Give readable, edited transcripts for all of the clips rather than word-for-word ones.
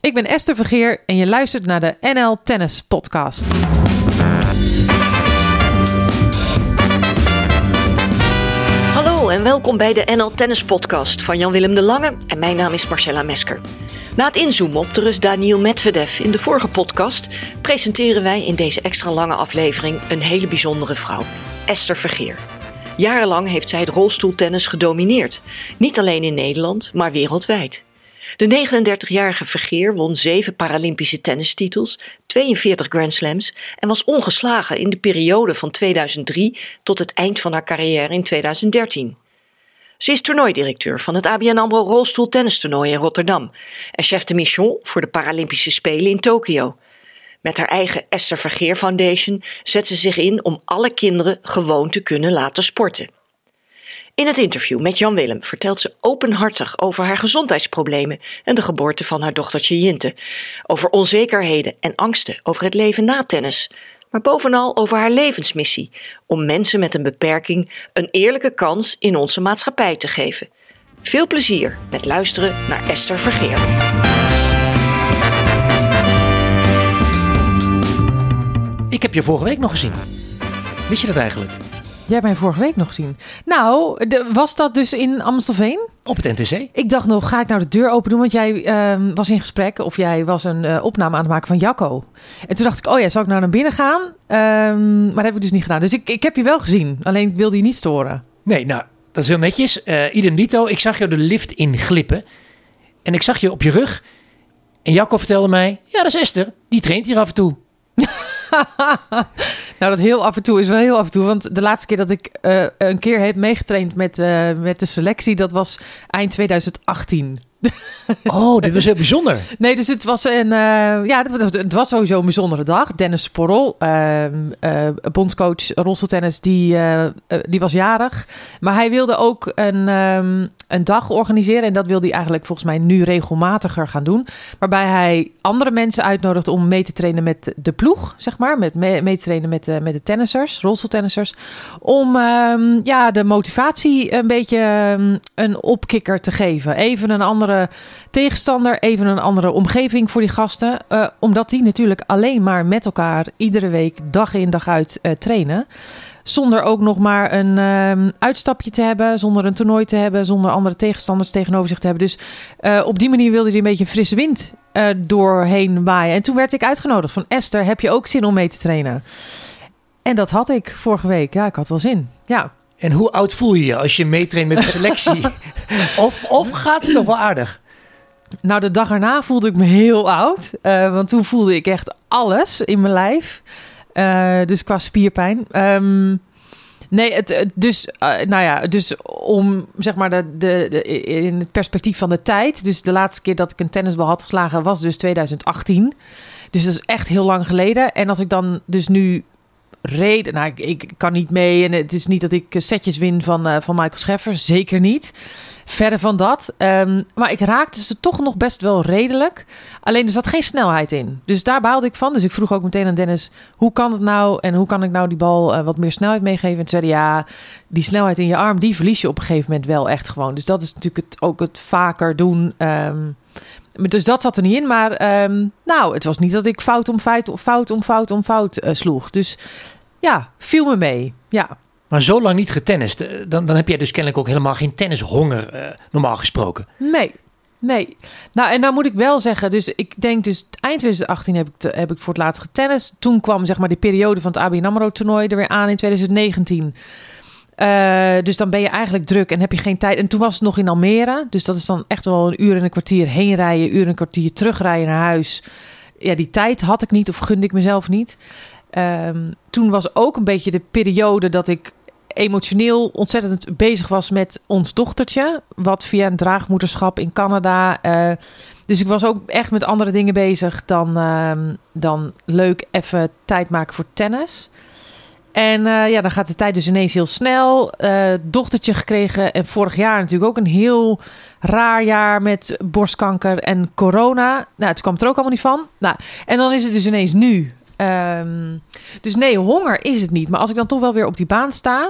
Ik ben Esther Vergeer en je luistert naar de NL Tennis Podcast. Hallo en welkom bij de NL Tennis Podcast van Jan-Willem de Lange en mijn naam is Marcella Mesker. Na het inzoomen op de Rus Daniil Medvedev in de vorige podcast presenteren wij in deze extra lange aflevering een hele bijzondere vrouw, Esther Vergeer. Jarenlang heeft zij het rolstoeltennis gedomineerd, niet alleen in Nederland, maar wereldwijd. De 39-jarige Vergeer won 7 Paralympische tennistitels, 42 Grand Slams en was ongeslagen in de periode van 2003 tot het eind van haar carrière in 2013. Ze is toernooidirecteur van het ABN AMRO rolstoeltennistoernooi in Rotterdam en chef de mission voor de Paralympische Spelen in Tokio. Met haar eigen Esther Vergeer Foundation zet ze zich in om alle kinderen gewoon te kunnen laten sporten. In het interview met Jan Willem vertelt ze openhartig over haar gezondheidsproblemen en de geboorte van haar dochtertje Jinte. Over onzekerheden en angsten over het leven na tennis. Maar bovenal over haar levensmissie om mensen met een beperking een eerlijke kans in onze maatschappij te geven. Veel plezier met luisteren naar Esther Vergeer. Ik heb je vorige week nog gezien. Wist je dat eigenlijk? Jij hebt mij vorige week nog gezien. Nou, was dat dus in Amstelveen? Op het NTC. Ik dacht nog, ga ik nou de deur open doen? Want jij was in gesprek of jij was een opname aan het maken van Jacco. En toen dacht ik, oh ja, zal ik nou naar binnen gaan? Maar dat heb ik dus niet gedaan. Dus ik heb je wel gezien, alleen wilde je niet storen. Nee, nou, dat is heel netjes. Idem dito, ik zag jou de lift in glippen. En ik zag je op je rug. En Jacco vertelde mij, ja, dat is Esther. Die traint hier af en toe. Nou, dat heel af en toe is wel heel af en toe. Want de laatste keer dat ik een keer heb meegetraind met de selectie, dat was eind 2018. Oh, dit was heel bijzonder. Nee, dus het was het was sowieso een bijzondere dag. Dennis Sporrel, bondscoach rolstoeltennis, die was jarig. Maar hij wilde ook een dag organiseren. En dat wil hij eigenlijk volgens mij nu regelmatiger gaan doen. Waarbij hij andere mensen uitnodigt om mee te trainen met de ploeg, zeg maar. Mee te trainen met de tennissers, rolstoeltennissers. Om de motivatie een beetje een opkikker te geven. Even een andere tegenstander, even een andere omgeving voor die gasten. Omdat die natuurlijk alleen maar met elkaar iedere week dag in dag uit trainen. Zonder ook nog maar een uitstapje te hebben, zonder een toernooi te hebben, zonder andere tegenstanders tegenover zich te hebben. Dus op die manier wilde hij een beetje frisse wind doorheen waaien. En toen werd ik uitgenodigd van Esther, heb je ook zin om mee te trainen? En dat had ik vorige week. Ja, ik had wel zin. Ja. En hoe oud voel je je als je meetraint met de selectie? of gaat het nog wel aardig? Nou, de dag erna voelde ik me heel oud. Want toen voelde ik echt alles in mijn lijf. Dus qua spierpijn. Dus om zeg maar in het perspectief van de tijd. Dus de laatste keer dat ik een tennisbal had geslagen was dus 2018. Dus dat is echt heel lang geleden. En als ik dan dus nu reed, nou, ik kan niet mee. En het is niet dat ik setjes win van Michael Scheffer. Zeker niet. Verder van dat. Maar ik raakte ze toch nog best wel redelijk. Alleen er zat geen snelheid in. Dus daar baalde ik van. Dus ik vroeg ook meteen aan Dennis, hoe kan het nou? En hoe kan ik nou die bal wat meer snelheid meegeven? En toen zei hij, ja, die snelheid in je arm, die verlies je op een gegeven moment wel echt gewoon. Dus dat is natuurlijk ook het vaker doen. Dus dat zat er niet in. Maar het was niet dat ik fout om fout sloeg. Dus ja, viel me mee. Ja. Maar zo lang niet getennist. Dan heb jij dus kennelijk ook helemaal geen tennishonger, normaal gesproken. Nee. Nou, en dan moet ik wel zeggen, dus ik denk dus eind 2018 heb ik voor het laatst getennist. Toen kwam zeg maar de periode van het ABN AMRO toernooi er weer aan in 2019. Dus dan ben je eigenlijk druk en heb je geen tijd. En toen was het nog in Almere. Dus dat is dan echt wel een uur en een kwartier heen rijden, een uur en een kwartier terugrijden naar huis. Ja, die tijd had ik niet of gunde ik mezelf niet. Toen was ook een beetje de periode dat ik emotioneel ontzettend bezig was met ons dochtertje. Wat via een draagmoederschap in Canada. Dus ik was ook echt met andere dingen bezig dan leuk even tijd maken voor tennis. En dan gaat de tijd dus ineens heel snel. Dochtertje gekregen en vorig jaar natuurlijk ook een heel raar jaar met borstkanker en corona. Nou, toen kwam het er ook allemaal niet van. Nou, en dan is het dus ineens nu. Dus nee, honger is het niet. Maar als ik dan toch wel weer op die baan sta,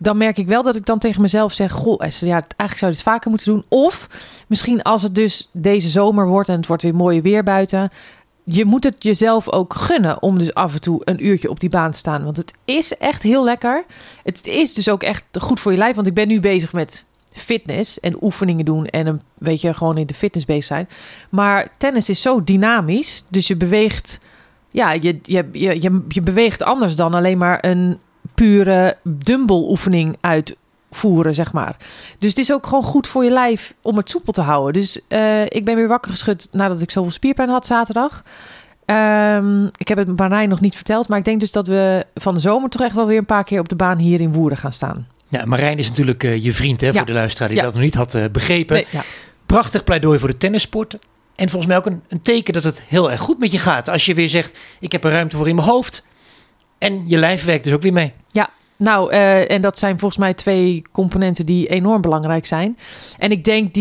dan merk ik wel dat ik dan tegen mezelf zeg... Goh, Esther, ja, eigenlijk zou je dit vaker moeten doen. Of misschien als het dus deze zomer wordt en het wordt weer mooi weer buiten... Je moet het jezelf ook gunnen om dus af en toe een uurtje op die baan te staan. Want het is echt heel lekker. Het is dus ook echt goed voor je lijf. Want ik ben nu bezig met fitness en oefeningen doen. En gewoon in de fitness bezig zijn. Maar tennis is zo dynamisch. Dus je beweegt... Ja, je beweegt anders dan alleen maar een pure dumbbell oefening uitvoeren, zeg maar. Dus het is ook gewoon goed voor je lijf om het soepel te houden. Dus ik ben weer wakker geschud nadat ik zoveel spierpijn had zaterdag. Ik heb het Marijn nog niet verteld, maar ik denk dus dat we van de zomer toch echt wel weer een paar keer op de baan hier in Woerden gaan staan. Ja, Marijn is natuurlijk je vriend, hè, voor de luisteraar die dat nog niet had begrepen. Nee, ja. Prachtig pleidooi voor de tennissport. En volgens mij ook een teken dat het heel erg goed met je gaat. Als je weer zegt, ik heb er ruimte voor in mijn hoofd. En je lijf werkt dus ook weer mee. Ja, nou, en dat zijn volgens mij 2 componenten die enorm belangrijk zijn. En ik denk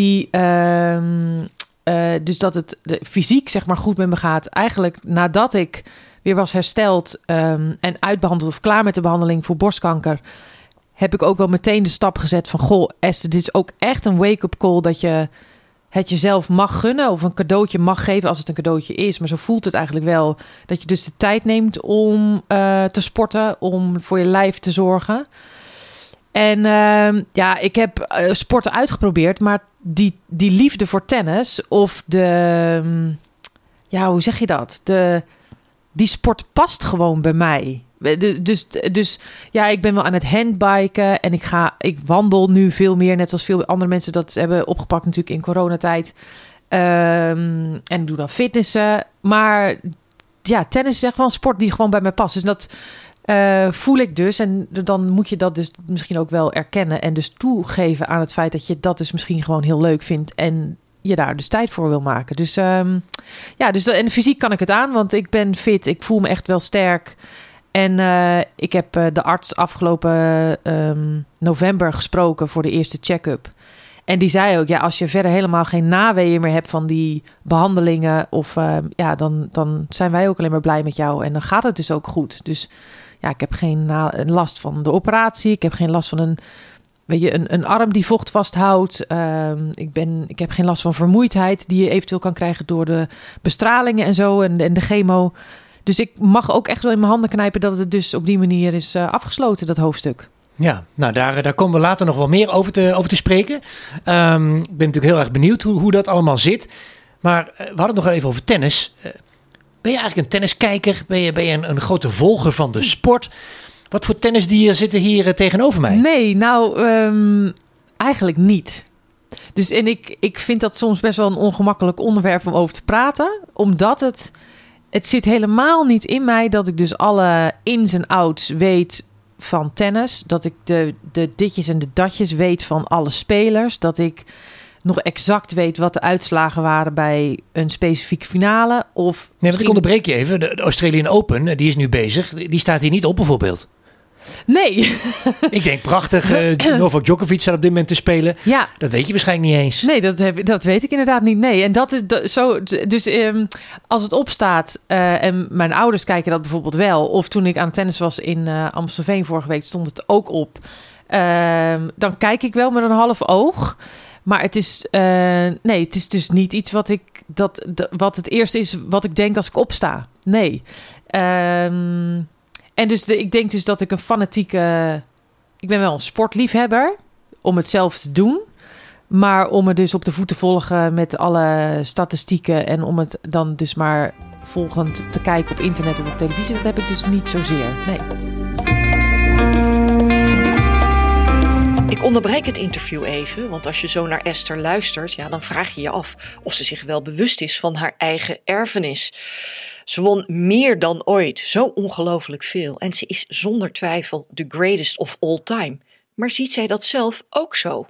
dus dat het fysiek zeg maar goed met me gaat. Eigenlijk nadat ik weer was hersteld en uitbehandeld of klaar met de behandeling voor borstkanker... heb ik ook wel meteen de stap gezet van... Goh, Esther, dit is ook echt een wake-up call dat je... het jezelf mag gunnen of een cadeautje mag geven als het een cadeautje is. Maar zo voelt het eigenlijk wel dat je dus de tijd neemt om te sporten, om voor je lijf te zorgen. En ik heb sporten uitgeprobeerd, maar die liefde voor tennis of hoe zeg je dat? Die sport past gewoon bij mij. Dus ik ben wel aan het handbiken en ik wandel nu veel meer, net als veel andere mensen dat hebben opgepakt natuurlijk in coronatijd. En ik doe dan fitnessen. Maar ja, tennis is echt wel een sport die gewoon bij mij past. Dus dat voel ik dus. En dan moet je dat dus misschien ook wel erkennen en dus toegeven aan het feit dat je dat dus misschien gewoon heel leuk vindt en je daar dus tijd voor wil maken. Dus en fysiek kan ik het aan, want ik ben fit. Ik voel me echt wel sterk. En ik heb de arts afgelopen november gesproken voor de eerste check-up. En die zei ook, als je verder helemaal geen naweeën meer hebt van die behandelingen... dan zijn wij ook alleen maar blij met jou. En dan gaat het dus ook goed. Dus ik heb geen last van de operatie. Ik heb geen last van een arm die vocht vasthoudt. Ik heb geen last van vermoeidheid die je eventueel kan krijgen door de bestralingen en zo en de chemo. Dus ik mag ook echt wel in mijn handen knijpen dat het dus op die manier is afgesloten, dat hoofdstuk. Ja, nou daar komen we later nog wel meer over te spreken. Ik ben natuurlijk heel erg benieuwd hoe dat allemaal zit. Maar we hadden het nog even over tennis. Ben je eigenlijk een tenniskijker? Ben je een grote volger van de sport? Wat voor tennisdieren zitten hier tegenover mij? Nee, nou eigenlijk niet. Dus en ik vind dat soms best wel een ongemakkelijk onderwerp om over te praten. Omdat het zit helemaal niet in mij dat ik dus alle ins en outs weet van tennis. Dat ik de ditjes en de datjes weet van alle spelers. Dat ik nog exact weet wat de uitslagen waren bij een specifieke finale. Want ik onderbreek je even. De Australian Open, die is nu bezig. Die staat hier niet op bijvoorbeeld. Nee. Ik denk prachtig, Novak Djokovic staat op dit moment te spelen. Ja. Dat weet je waarschijnlijk niet eens. Nee, dat weet ik inderdaad niet. Nee, en dat is zo. Dus als het opstaat en mijn ouders kijken dat bijvoorbeeld wel. Of toen ik aan tennis was in Amstelveen vorige week stond het ook op. Dan kijk ik wel met een half oog. Maar het is dus niet iets wat het eerste is wat ik denk als ik opsta. Nee. En dus ik denk dus dat ik een fanatieke... Ik ben wel een sportliefhebber om het zelf te doen. Maar om het dus op de voet te volgen met alle statistieken... en om het dan dus maar volgend te kijken op internet of op televisie... dat heb ik dus niet zozeer, nee. Ik onderbreek het interview even, want als je zo naar Esther luistert... dan vraag je je af of ze zich wel bewust is van haar eigen erfenis... Ze won meer dan ooit, zo ongelooflijk veel. En ze is zonder twijfel the greatest of all time. Maar ziet zij dat zelf ook zo?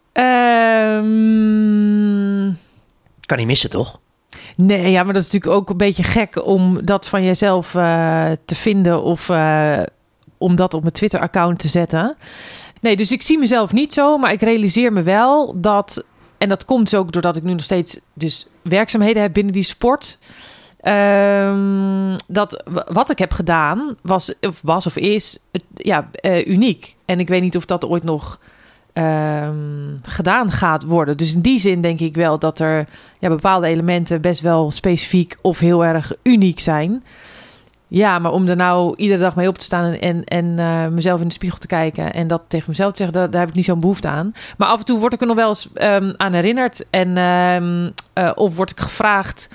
Kan niet missen, toch? Nee, maar dat is natuurlijk ook een beetje gek om dat van jezelf te vinden... of om dat op mijn Twitter-account te zetten. Nee, dus ik zie mezelf niet zo, maar ik realiseer me wel dat... en dat komt dus ook doordat ik nu nog steeds dus werkzaamheden heb binnen die sport... dat wat ik heb gedaan was of is uniek. En ik weet niet of dat ooit nog gedaan gaat worden. Dus in die zin denk ik wel dat er bepaalde elementen best wel specifiek of heel erg uniek zijn. Ja, maar om er nou iedere dag mee op te staan en mezelf in de spiegel te kijken en dat tegen mezelf te zeggen, daar heb ik niet zo'n behoefte aan. Maar af en toe word ik er nog wel eens aan herinnerd of word ik gevraagd.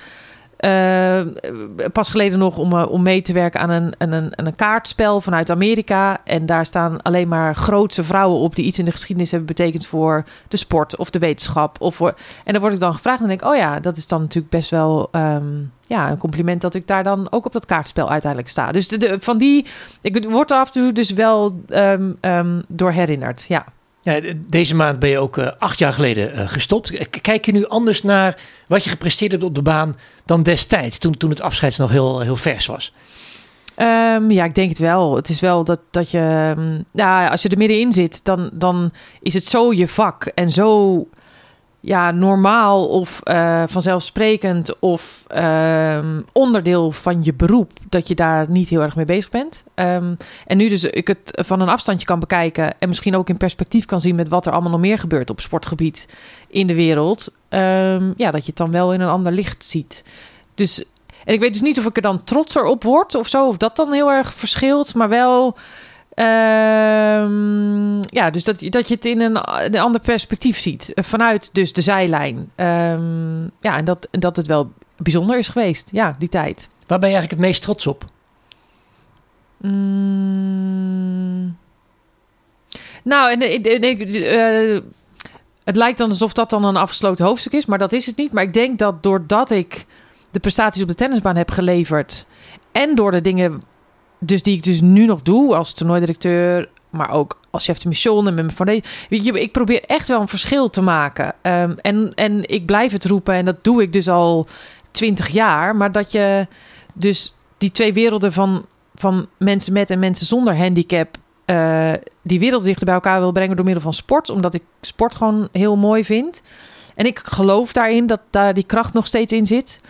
Pas geleden nog om mee te werken aan een kaartspel vanuit Amerika. En daar staan alleen maar grootse vrouwen op die iets in de geschiedenis hebben betekend voor de sport of de wetenschap. En dan word ik dan gevraagd en denk ik, dat is dan natuurlijk best wel een compliment dat ik daar dan ook op dat kaartspel uiteindelijk sta. Dus ik word er af en toe dus wel door herinnerd, ja. Ja, deze maand ben je ook 8 jaar geleden gestopt. Kijk je nu anders naar wat je gepresteerd hebt op de baan dan destijds, toen het afscheid nog heel vers was? Ik denk het wel. Het is wel dat je... als je er middenin zit, dan is het zo je vak en zo normaal of vanzelfsprekend of onderdeel van je beroep, dat je daar niet heel erg mee bezig bent. En nu dus ik het van een afstandje kan bekijken en misschien ook in perspectief kan zien met wat er allemaal nog meer gebeurt op sportgebied in de wereld. Dat je het dan wel in een ander licht ziet. Dus, en ik weet dus niet of ik er dan trotser op word of zo, of dat dan heel erg verschilt, maar wel... dus dat je het in een ander perspectief ziet. Vanuit dus de zijlijn. En dat het wel bijzonder is geweest. Ja, die tijd. Waar ben je eigenlijk het meest trots op? Het lijkt dan alsof dat dan een afgesloten hoofdstuk is. Maar dat is het niet. Maar ik denk dat doordat ik de prestaties op de tennisbaan heb geleverd... en door de dingen... Dus die ik dus nu nog doe als toernooidirecteur, maar ook als chef de mission en met mijn foundation. Weet je, ik probeer echt wel een verschil te maken. En ik blijf het roepen en dat doe ik dus al 20 jaar. Maar dat je dus die twee werelden van mensen met en mensen zonder handicap, die wereld dichter bij elkaar wil brengen door middel van sport. Omdat ik sport gewoon heel mooi vind. En ik geloof daarin dat daar die kracht nog steeds in zit.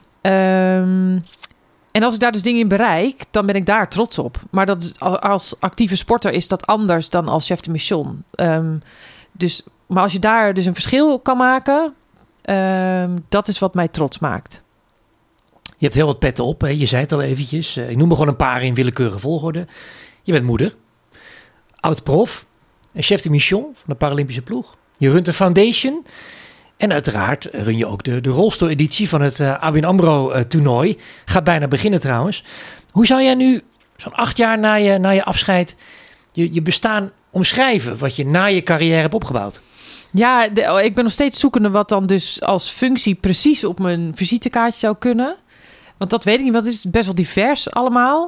En als ik daar dus dingen in bereik, dan ben ik daar trots op. Maar dat als actieve sporter is dat anders dan als chef de mission. Maar als je daar dus een verschil kan maken, dat is wat mij trots maakt. Je hebt heel wat petten op, hè? Je zei het al eventjes. Ik noem er gewoon een paar in willekeurige volgorde. Je bent moeder, oud-prof, chef de mission van de Paralympische ploeg. Je runt een foundation. En uiteraard run je ook de rolstoel-editie van het ABN AMRO-toernooi. Gaat bijna beginnen trouwens. Hoe zou jij nu, zo'n 8 jaar na je afscheid, je bestaan omschrijven? Wat je na je carrière hebt opgebouwd? Ja, ik ben nog steeds zoekende wat dan dus als functie precies op mijn visitekaartje zou kunnen. Want dat weet ik niet, want het is best wel divers allemaal.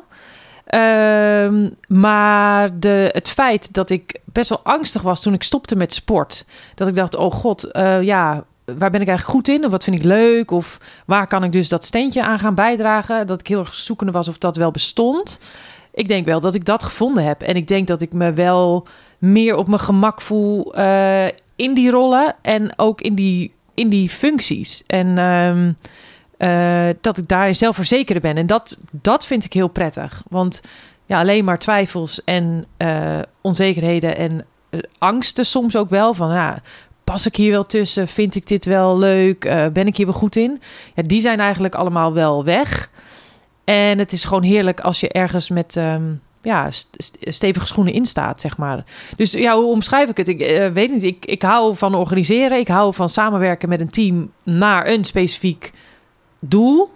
Maar het feit dat ik best wel angstig was toen ik stopte met sport. Dat ik dacht, oh god, waar ben ik eigenlijk goed in? Of wat vind ik leuk? Of waar kan ik dus dat steentje aan gaan bijdragen? Dat ik heel erg zoekende was of dat wel bestond. Ik denk wel dat ik dat gevonden heb. En ik denk dat ik me wel meer op mijn gemak voel in die rollen. En ook in die functies. En dat ik daarin zelfverzekerd ben. En dat vind ik heel prettig. Want alleen maar twijfels en onzekerheden en angsten soms ook wel. Van pas ik hier wel tussen? Vind ik dit wel leuk? Ben ik hier wel goed in? Ja, die zijn eigenlijk allemaal wel weg. En het is gewoon heerlijk als je ergens met stevige schoenen in staat, zeg maar. Dus hoe omschrijf ik het? Ik weet niet. Ik hou van organiseren. Ik hou van samenwerken met een team naar een specifiek doel.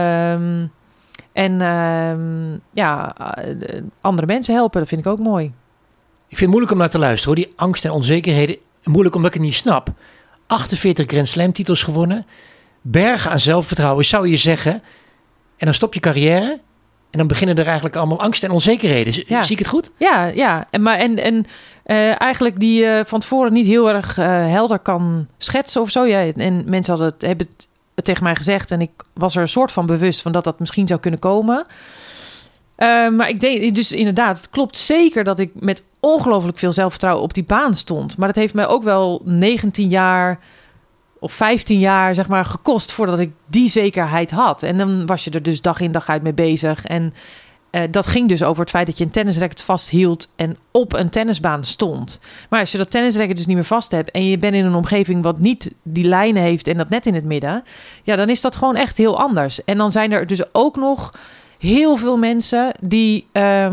Andere mensen helpen, dat vind ik ook mooi. Ik vind het moeilijk om naar te luisteren, hoor. Die angst en onzekerheden. Moeilijk omdat ik het niet snap. 48 Grand Slam titels gewonnen. Bergen aan zelfvertrouwen, zou je zeggen. En dan stop je carrière. En dan beginnen er eigenlijk allemaal angst en onzekerheden. Zie ik het goed? Ja. En eigenlijk die van tevoren niet heel erg helder kan schetsen of zo. Ja, en mensen hebben het tegen mij gezegd. En ik was er een soort van bewust van dat misschien zou kunnen komen. Maar ik denk dus inderdaad, het klopt zeker dat ik met ongelooflijk veel zelfvertrouwen op die baan stond. Maar dat heeft mij ook wel 19 jaar of 15 jaar zeg maar gekost voordat ik die zekerheid had. En dan was je er dus dag in dag uit mee bezig. En dat ging dus over het feit dat je een tennisracket vasthield en op een tennisbaan stond. Maar als je dat tennisracket dus niet meer vast hebt en je bent in een omgeving wat niet die lijnen heeft en dat net in het midden, ja, dan is dat gewoon echt heel anders. En dan zijn er dus ook nog heel veel mensen die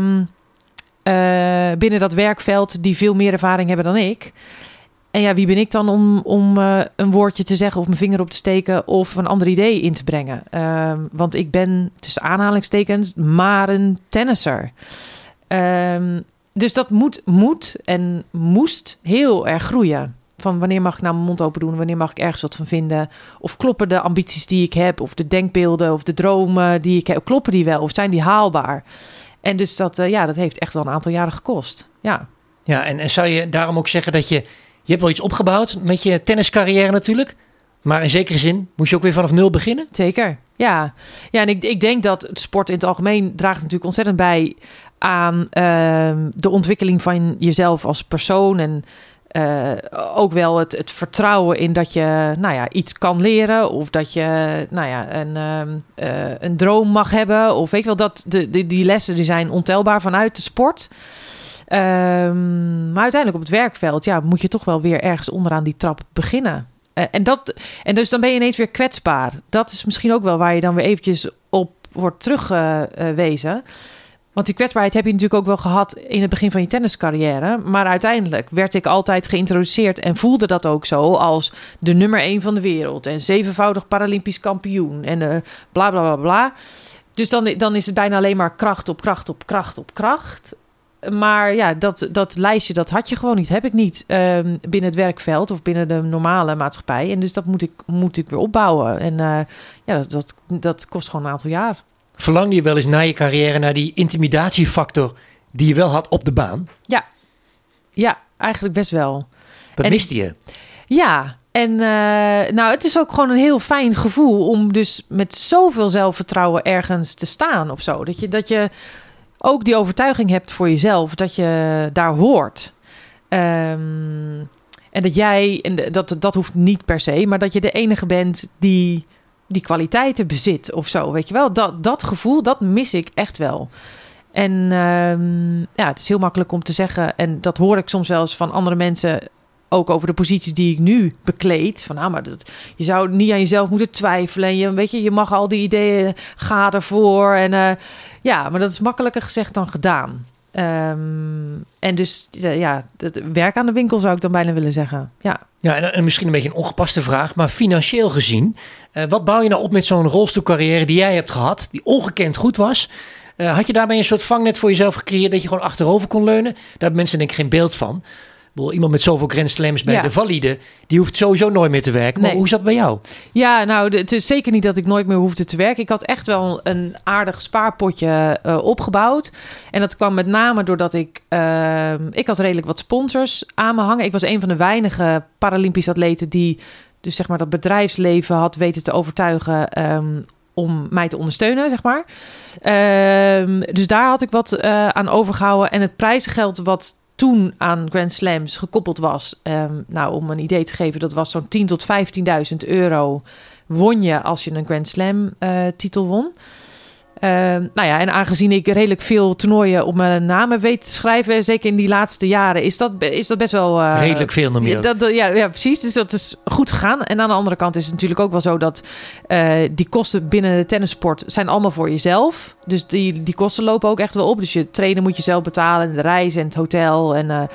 binnen dat werkveld die veel meer ervaring hebben dan ik. En ja, wie ben ik dan om een woordje te zeggen of mijn vinger op te steken of een ander idee in te brengen? Want ik ben tussen aanhalingstekens maar een tennisser. Dus dat moet en moest heel erg groeien. Van wanneer mag ik nou mijn mond open doen? Wanneer mag ik ergens wat van vinden? Of kloppen de ambities die ik heb? Of de denkbeelden of de dromen die ik heb? Kloppen die wel? Of zijn die haalbaar? En dus dat heeft echt wel een aantal jaren gekost. Ja, en zou je daarom ook zeggen dat je hebt wel iets opgebouwd met je tenniscarrière natuurlijk. Maar in zekere zin moest je ook weer vanaf nul beginnen? Zeker, ja. Ja, en ik denk dat het sport in het algemeen draagt natuurlijk ontzettend bij aan de ontwikkeling van jezelf als persoon. En ook wel het vertrouwen in dat je iets kan leren. Of dat je een droom mag hebben. Of weet je wel, dat die lessen die zijn ontelbaar vanuit de sport. Maar uiteindelijk op het werkveld moet je toch wel weer ergens onderaan die trap beginnen. En dus dan ben je ineens weer kwetsbaar. Dat is misschien ook wel waar je dan weer eventjes op wordt teruggewezen. Want die kwetsbaarheid heb je natuurlijk ook wel gehad in het begin van je tenniscarrière. Maar uiteindelijk werd ik altijd geïntroduceerd en voelde dat ook zo als de nummer 1 van de wereld. En 7-voudig Paralympisch kampioen en bla bla bla bla. Dus dan is het bijna alleen maar kracht op kracht op kracht op kracht. Maar ja, dat lijstje, dat had je gewoon niet. Heb ik niet binnen het werkveld of binnen de normale maatschappij. En dus dat moet ik weer opbouwen. En dat kost gewoon een aantal jaar. Verlangde je wel eens na je carrière naar die intimidatiefactor die je wel had op de baan? Ja, eigenlijk best wel. Dat miste je? Ja, en het is ook gewoon een heel fijn gevoel om dus met zoveel zelfvertrouwen ergens te staan of zo. Dat je ook die overtuiging hebt voor jezelf dat je daar hoort. En dat jij, en dat hoeft niet per se, maar dat je de enige bent die kwaliteiten bezit of zo, weet je wel. Dat gevoel, dat mis ik echt wel. En het is heel makkelijk om te zeggen, en dat hoor ik soms wel eens van andere mensen, ook over de posities die ik nu bekleed. Van, je zou niet aan jezelf moeten twijfelen. En je mag al die ideeën, ga ervoor. En maar dat is makkelijker gezegd dan gedaan. En dus het werk aan de winkel zou ik dan bijna willen zeggen. Ja, en misschien een beetje een ongepaste vraag, maar financieel gezien, wat bouw je nou op met zo'n rolstoelcarrière die jij hebt gehad, die ongekend goed was? Had je daarbij een soort vangnet voor jezelf gecreëerd dat je gewoon achterover kon leunen? Daar hebben mensen denk ik geen beeld van. Iemand met zoveel Grand Slams bij de valide, die hoeft sowieso nooit meer te werken. Maar hoe zat het bij jou? Ja, het is zeker niet dat ik nooit meer hoefde te werken. Ik had echt wel een aardig spaarpotje opgebouwd. En dat kwam met name doordat ik had redelijk wat sponsors aan me hangen. Ik was een van de weinige Paralympische atleten die dus zeg maar dat bedrijfsleven had weten te overtuigen om mij te ondersteunen, zeg maar. Dus daar had ik wat aan overgehouden. En het prijzengeld wat toen aan Grand Slams gekoppeld was, om een idee te geven, dat was zo'n 10.000 tot 15.000 euro won je als je een Grand Slam titel won. En aangezien ik redelijk veel toernooien op mijn naam heb weten te schrijven, zeker in die laatste jaren, is dat best wel redelijk veel noem je dat. Ja, precies. Dus dat is goed gegaan. En aan de andere kant is het natuurlijk ook wel zo dat die kosten binnen de tennissport zijn allemaal voor jezelf. Dus die kosten lopen ook echt wel op. Dus je trainen moet je zelf betalen, de reis en het hotel.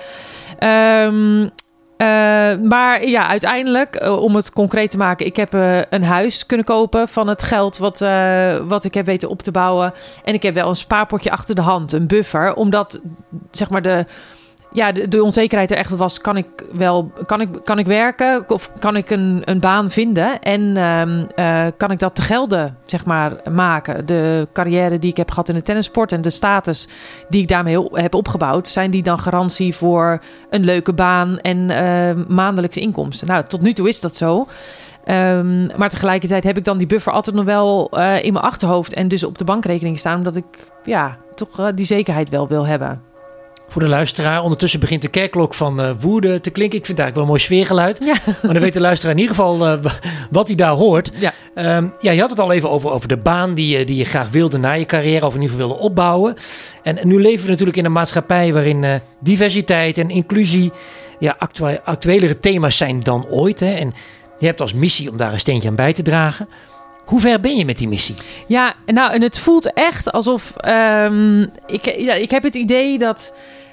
Maar ja, uiteindelijk, om het concreet te maken, ik heb een huis kunnen kopen van het geld wat ik heb weten op te bouwen. En ik heb wel een spaarpotje achter de hand, een buffer, omdat zeg maar de onzekerheid er echt was. Kan ik werken of kan ik een baan vinden? En kan ik dat te gelden, zeg maar, maken? De carrière die ik heb gehad in de tennissport en de status die ik daarmee heb opgebouwd, zijn die dan garantie voor een leuke baan en maandelijkse inkomsten? Nou, tot nu toe is dat zo. Maar tegelijkertijd heb ik dan die buffer altijd nog wel in mijn achterhoofd en dus op de bankrekening staan, omdat ik toch die zekerheid wel wil hebben. Voor de luisteraar, ondertussen begint de kerkklok van Woerden te klinken. Ik vind het eigenlijk wel een mooi sfeergeluid. Ja. Maar dan weet de luisteraar in ieder geval wat hij daar hoort. Ja. Je had het al even over de baan die je graag wilde na je carrière. Of in ieder geval wilde opbouwen. En nu leven we natuurlijk in een maatschappij waarin diversiteit en inclusie actuelere thema's zijn dan ooit. Hè? En je hebt als missie om daar een steentje aan bij te dragen. Hoe ver ben je met die missie? Ja, nou, en het voelt echt alsof... ik heb het idee dat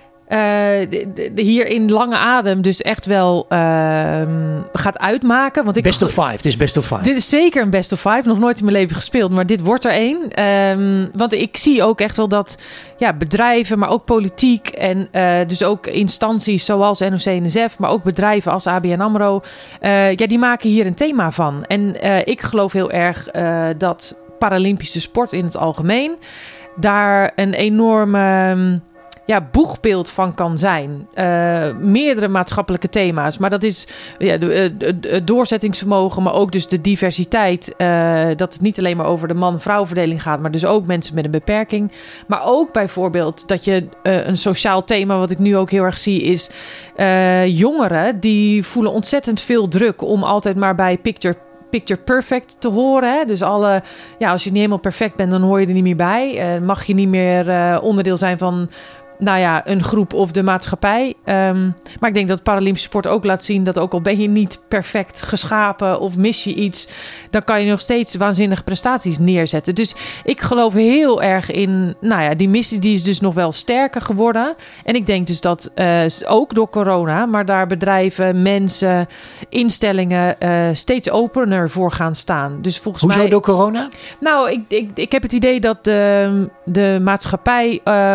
hier in Lange Adem dus echt wel gaat uitmaken. Want Best of 5, het is best of 5. Dit is zeker een best of 5. Nog nooit in mijn leven gespeeld, maar dit wordt er één. Want ik zie ook echt wel dat bedrijven, maar ook politiek en dus ook instanties zoals NOC-NSF, maar ook bedrijven als ABN AMRO, die maken hier een thema van. En ik geloof heel erg dat Paralympische sport in het algemeen daar een enorme boegbeeld van kan zijn. Meerdere maatschappelijke thema's. Maar dat is het doorzettingsvermogen, maar ook dus de diversiteit. Dat het niet alleen maar over de man-vrouw verdeling gaat, maar dus ook mensen met een beperking. Maar ook bijvoorbeeld dat je een sociaal thema, wat ik nu ook heel erg zie, is jongeren die voelen ontzettend veel druk om altijd maar bij picture perfect te horen. Hè? Dus als je niet helemaal perfect bent, dan hoor je er niet meer bij. Mag je niet meer onderdeel zijn van een groep of de maatschappij. Maar ik denk dat Paralympische sport ook laat zien dat ook al ben je niet perfect geschapen of mis je iets, dan kan je nog steeds waanzinnige prestaties neerzetten. Dus ik geloof heel erg in, die missie die is dus nog wel sterker geworden. En ik denk dus dat ook door corona, maar daar bedrijven, mensen, instellingen steeds opener voor gaan staan. Dus volgens mij... Hoezo door corona? Nou, ik heb het idee dat de maatschappij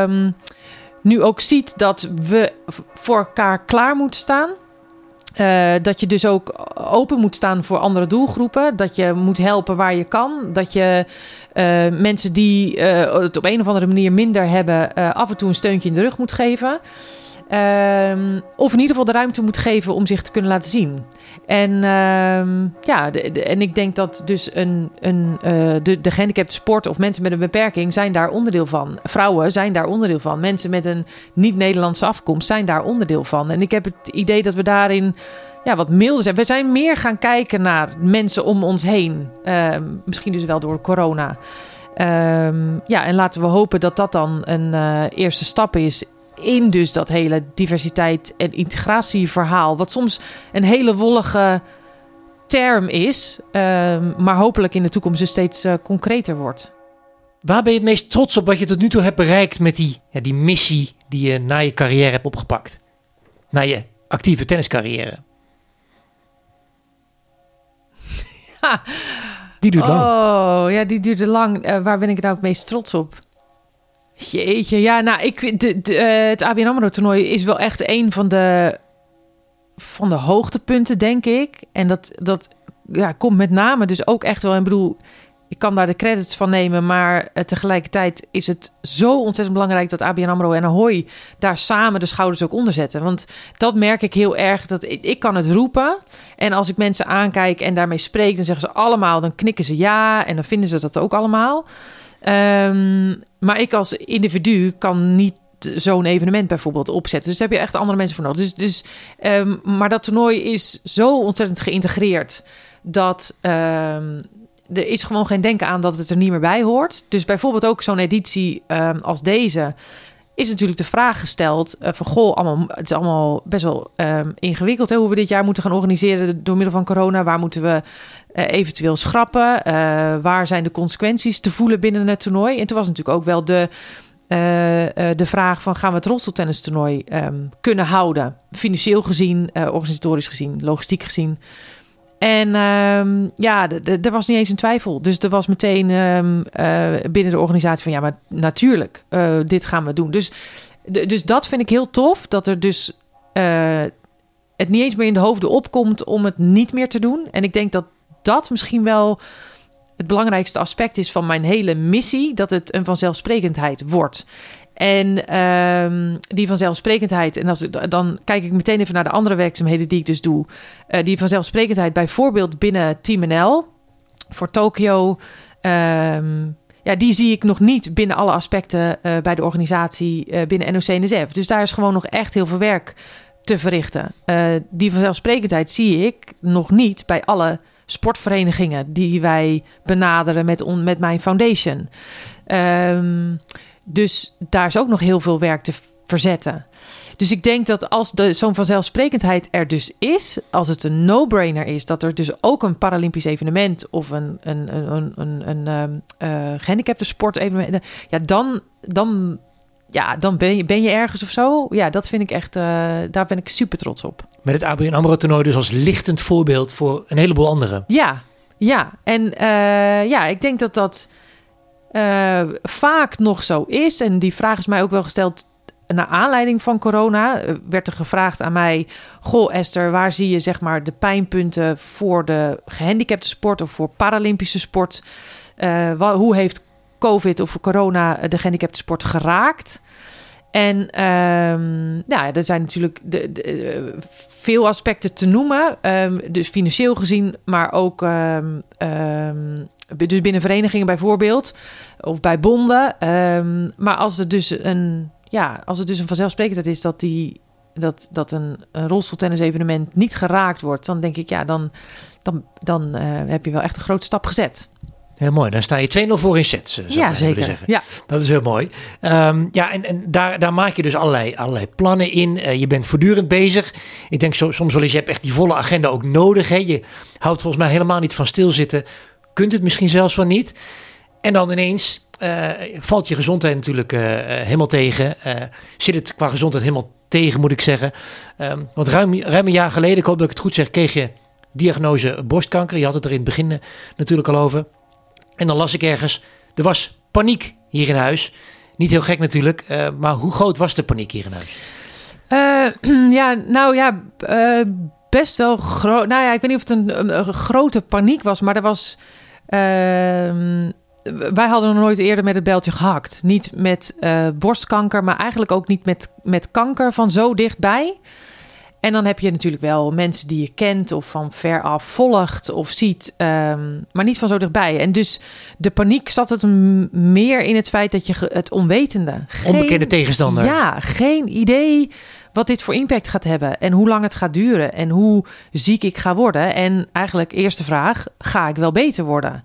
nu ook ziet dat we voor elkaar klaar moeten staan. Dat je dus ook open moet staan voor andere doelgroepen. Dat je moet helpen waar je kan. Dat je mensen die het op een of andere manier minder hebben, af en toe een steuntje in de rug moet geven. Of in ieder geval de ruimte moet geven om zich te kunnen laten zien. En en ik denk dat dus de gehandicapte sport of mensen met een beperking zijn daar onderdeel van. Vrouwen zijn daar onderdeel van. Mensen met een niet-Nederlandse afkomst zijn daar onderdeel van. En ik heb het idee dat we daarin wat milder zijn. We zijn meer gaan kijken naar mensen om ons heen. Misschien dus wel door corona. En laten we hopen dat dat dan een eerste stap is in dus dat hele diversiteit- en integratieverhaal. Wat soms een hele wollige term is, maar hopelijk in de toekomst dus steeds concreter wordt. Waar ben je het meest trots op wat je tot nu toe hebt bereikt met die missie die je na je carrière hebt opgepakt? Na je actieve tenniscarrière? Ja. Die duurt lang. Oh, ja, die duurde lang. Waar ben ik nou het meest trots op? Jeetje, het ABN AMRO toernooi is wel echt een van de hoogtepunten, denk ik. En dat komt met name dus ook echt wel. En bedoel, ik kan daar de credits van nemen, maar tegelijkertijd is het zo ontzettend belangrijk dat ABN AMRO en Ahoy daar samen de schouders ook onder zetten. Want dat merk ik heel erg. Dat ik kan het roepen. En als ik mensen aankijk en daarmee spreek, dan zeggen ze allemaal, dan knikken ze ja en dan vinden ze dat ook allemaal. Maar ik als individu kan niet zo'n evenement bijvoorbeeld opzetten. Dus daar heb je echt andere mensen voor nodig. Maar dat toernooi is zo ontzettend geïntegreerd dat er is gewoon geen denken aan dat het er niet meer bij hoort. Dus bijvoorbeeld ook zo'n editie als deze is natuurlijk de vraag gesteld van het is allemaal best wel ingewikkeld hoe we dit jaar moeten gaan organiseren door middel van corona. Waar moeten we eventueel schrappen? Waar zijn de consequenties te voelen binnen het toernooi? En toen was natuurlijk ook wel de vraag van gaan we het rolstoeltennis toernooi kunnen houden? Financieel gezien, organisatorisch gezien, logistiek gezien. En er was niet eens een twijfel. Dus er was meteen binnen de organisatie van maar natuurlijk, dit gaan we doen. Dus dat vind ik heel tof. Dat er dus het niet eens meer in de hoofden opkomt om het niet meer te doen. En ik denk dat dat misschien wel het belangrijkste aspect is van mijn hele missie. Dat het een vanzelfsprekendheid wordt. En die vanzelfsprekendheid, en dan kijk ik meteen even naar de andere werkzaamheden die ik dus doe. Die vanzelfsprekendheid bijvoorbeeld binnen Team NL voor Tokio. die zie ik nog niet binnen alle aspecten bij de organisatie binnen NOC-NSF. Dus daar is gewoon nog echt heel veel werk te verrichten. Die vanzelfsprekendheid zie ik nog niet bij alle sportverenigingen die wij benaderen met mijn foundation. Dus daar is ook nog heel veel werk te verzetten. Dus ik denk dat als zo'n vanzelfsprekendheid er dus is, als het een no-brainer is, dat er dus ook een Paralympisch evenement of een gehandicapte sportevenement, dan ben je ergens of zo. Ja, dat vind ik echt, daar ben ik super trots op. Met het ABN AMRO toernooi dus als lichtend voorbeeld voor een heleboel anderen. Ja. En ik denk dat vaak nog zo is. En die vraag is mij ook wel gesteld naar aanleiding van corona. Werd er gevraagd aan mij: goh Esther, waar zie je zeg maar de pijnpunten voor de gehandicapte sport of voor Paralympische sport? Hoe heeft COVID of corona de gehandicapte sport geraakt? En er zijn natuurlijk veel aspecten te noemen. Dus financieel gezien, maar ook dus binnen verenigingen bijvoorbeeld. Of bij bonden. Maar als het dus een vanzelfsprekendheid is dat een rolstoeltennis evenement niet geraakt wordt, dan denk ik, dan heb je wel echt een grote stap gezet. Heel mooi. Dan sta je 2-0 voor in sets. Ja, zeker. Zeggen. Ja. Dat is heel mooi. En daar maak je dus allerlei plannen in. Je bent voortdurend bezig. Ik denk soms wel eens, je hebt echt die volle agenda ook nodig. Hè? Je houdt volgens mij helemaal niet van stilzitten. Kunt het misschien zelfs wel niet. En dan ineens valt je gezondheid natuurlijk helemaal tegen. Zit het qua gezondheid helemaal tegen, moet ik zeggen. Want ruim een jaar geleden, ik hoop dat ik het goed zeg, kreeg je diagnose borstkanker. Je had het er in het begin natuurlijk al over. En dan las ik ergens, er was paniek hier in huis. Niet heel gek natuurlijk, maar hoe groot was de paniek hier in huis? Best wel groot. Nou ja, ik weet niet of het een grote paniek was, maar er was... wij hadden nog nooit eerder met het bijltje gehakt. Niet met borstkanker, maar eigenlijk ook niet met kanker van zo dichtbij. En dan heb je natuurlijk wel mensen die je kent of van ver af volgt of ziet, maar niet van zo dichtbij. En dus de paniek zat het meer in het feit dat je het onwetende... Onbekende tegenstander. Ja, geen idee wat dit voor impact gaat hebben en hoe lang het gaat duren en hoe ziek ik ga worden. En eigenlijk eerste vraag, ga ik wel beter worden?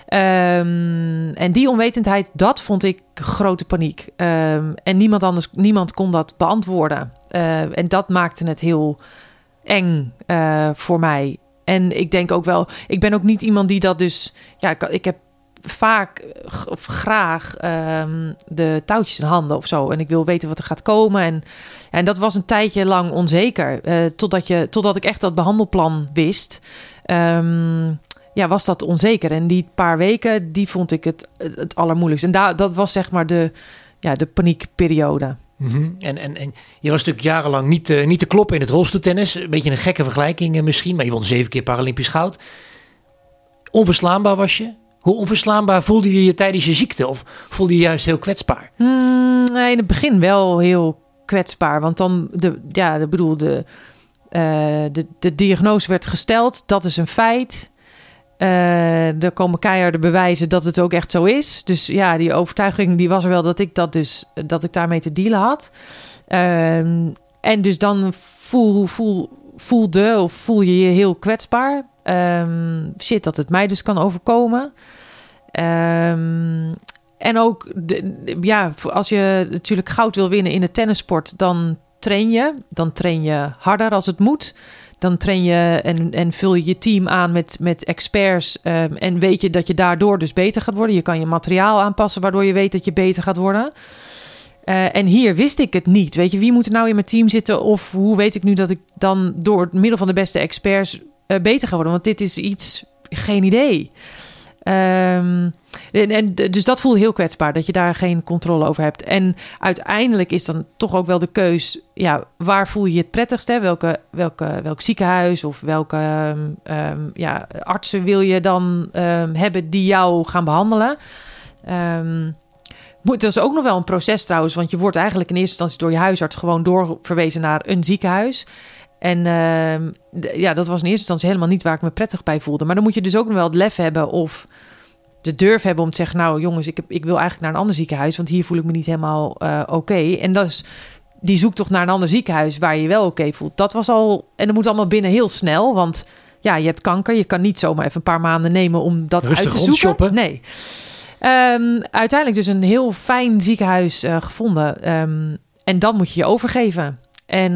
En die onwetendheid, dat vond ik grote paniek. En niemand kon dat beantwoorden. En dat maakte het heel eng voor mij. En ik denk ook wel, ik ben ook niet iemand die dat dus... Ja, ik heb vaak of graag de touwtjes in handen of zo. En ik wil weten wat er gaat komen. En dat was een tijdje lang onzeker. Totdat ik echt dat behandelplan wist. Was dat onzeker. En die paar weken, die vond ik het allermoeilijkst. En dat was zeg maar de paniekperiode. Mm-hmm. En je was natuurlijk jarenlang niet te kloppen in het rolstoeltennis. Een beetje een gekke vergelijking misschien. Maar je won 7 keer Paralympisch goud. Onverslaanbaar was je. Hoe onverslaanbaar voelde je je tijdens je ziekte? Of voelde je juist heel kwetsbaar? In het begin wel heel kwetsbaar. Want dan, de diagnose werd gesteld. Dat is een feit. Er komen keiharde bewijzen dat het ook echt zo is. Dus ja, die overtuiging die was er wel dat ik daarmee te dealen had. En dus dan voel je je heel kwetsbaar. Dat het mij dus kan overkomen. En ook, als je natuurlijk goud wil winnen in de tennissport, dan train je. Dan train je harder als het moet. Dan train je en vul je je team aan met experts. En weet je dat je daardoor dus beter gaat worden. Je kan je materiaal aanpassen waardoor je weet dat je beter gaat worden. En hier wist ik het niet. Weet je, wie moet er nou in mijn team zitten? Of hoe weet ik nu dat ik dan door het middel van de beste experts beter ga worden? Want dit is iets, geen idee. Dus dat voelt heel kwetsbaar, dat je daar geen controle over hebt. En uiteindelijk is dan toch ook wel de keus, waar voel je het prettigst? Hè? Welk ziekenhuis of welke artsen wil je dan hebben die jou gaan behandelen? Dat is ook nog wel een proces trouwens, want je wordt eigenlijk in eerste instantie door je huisarts gewoon doorverwezen naar een ziekenhuis. En dat was in eerste instantie helemaal niet waar ik me prettig bij voelde. Maar dan moet je dus ook nog wel het lef hebben of de durf hebben om te zeggen... nou jongens, ik wil eigenlijk naar een ander ziekenhuis... want hier voel ik me niet helemaal oké. En dus die zoektocht naar een ander ziekenhuis... waar je je wel oké voelt. Dat was al... En dat moet allemaal binnen heel snel. Want ja, je hebt kanker. Je kan niet zomaar even een paar maanden nemen... om dat rustig uit te zoeken. Rondshoppen. Nee. Uiteindelijk dus een heel fijn ziekenhuis gevonden. En dan moet je je overgeven. En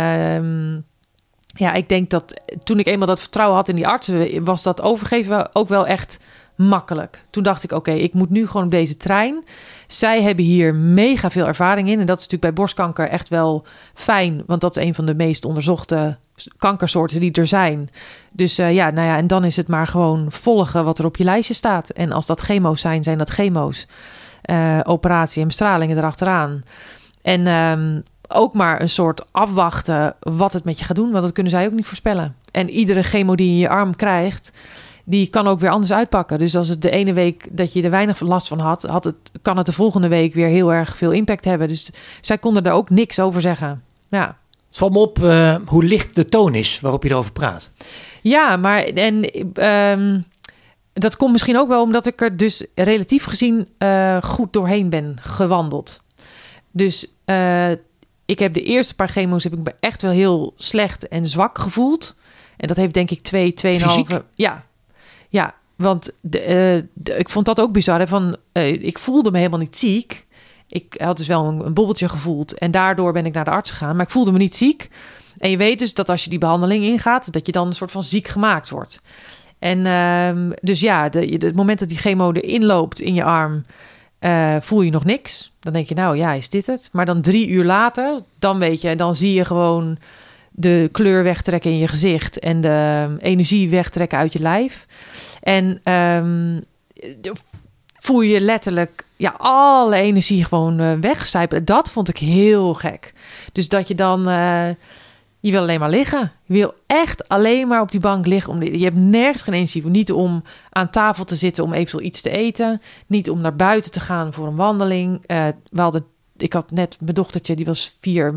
ja, ik denk dat toen ik eenmaal dat vertrouwen had in die artsen... was dat overgeven ook wel echt makkelijk. Toen dacht ik, oké, ik moet nu gewoon op deze trein. Zij hebben hier mega veel ervaring in. En dat is natuurlijk bij borstkanker echt wel fijn. Want dat is een van de meest onderzochte kankersoorten die er zijn. Dus en dan is het maar gewoon volgen wat er op je lijstje staat. En als dat chemo's zijn dat chemo's. Operatie en bestralingen erachteraan. En ook maar een soort afwachten wat het met je gaat doen. Want dat kunnen zij ook niet voorspellen. En iedere chemo die je in je arm krijgt... die kan ook weer anders uitpakken. Dus als het de ene week dat je er weinig last van had... kan het de volgende week weer heel erg veel impact hebben. Dus zij konden daar ook niks over zeggen. Ja. Het valt me op hoe licht de toon is waarop je erover praat. Ja, maar dat komt misschien ook wel omdat ik er dus relatief gezien goed doorheen ben gewandeld. Dus ik heb de eerste paar chemo's heb ik me echt wel heel slecht en zwak gevoeld. En dat heeft denk ik 2,5... Ja, want ik vond dat ook bizar. Hè, ik voelde me helemaal niet ziek. Ik had dus wel een bobbeltje gevoeld. En daardoor ben ik naar de arts gegaan. Maar ik voelde me niet ziek. En je weet dus dat als je die behandeling ingaat... dat je dan een soort van ziek gemaakt wordt. En dus ja, het moment dat die chemo erin loopt in je arm... voel je nog niks. Dan denk je, nou ja, is dit het? Maar dan 3 uur later, dan weet je... en dan zie je gewoon de kleur wegtrekken in je gezicht... en de energie wegtrekken uit je lijf. En voel je letterlijk alle energie gewoon wegcijpelen. Dat vond ik heel gek. Dus dat je dan... je wil alleen maar liggen. Je wil echt alleen maar op die bank liggen. Je hebt nergens geen energie voor. Niet om aan tafel te zitten om eventueel iets te eten. Niet om naar buiten te gaan voor een wandeling. Ik had net mijn dochtertje, die was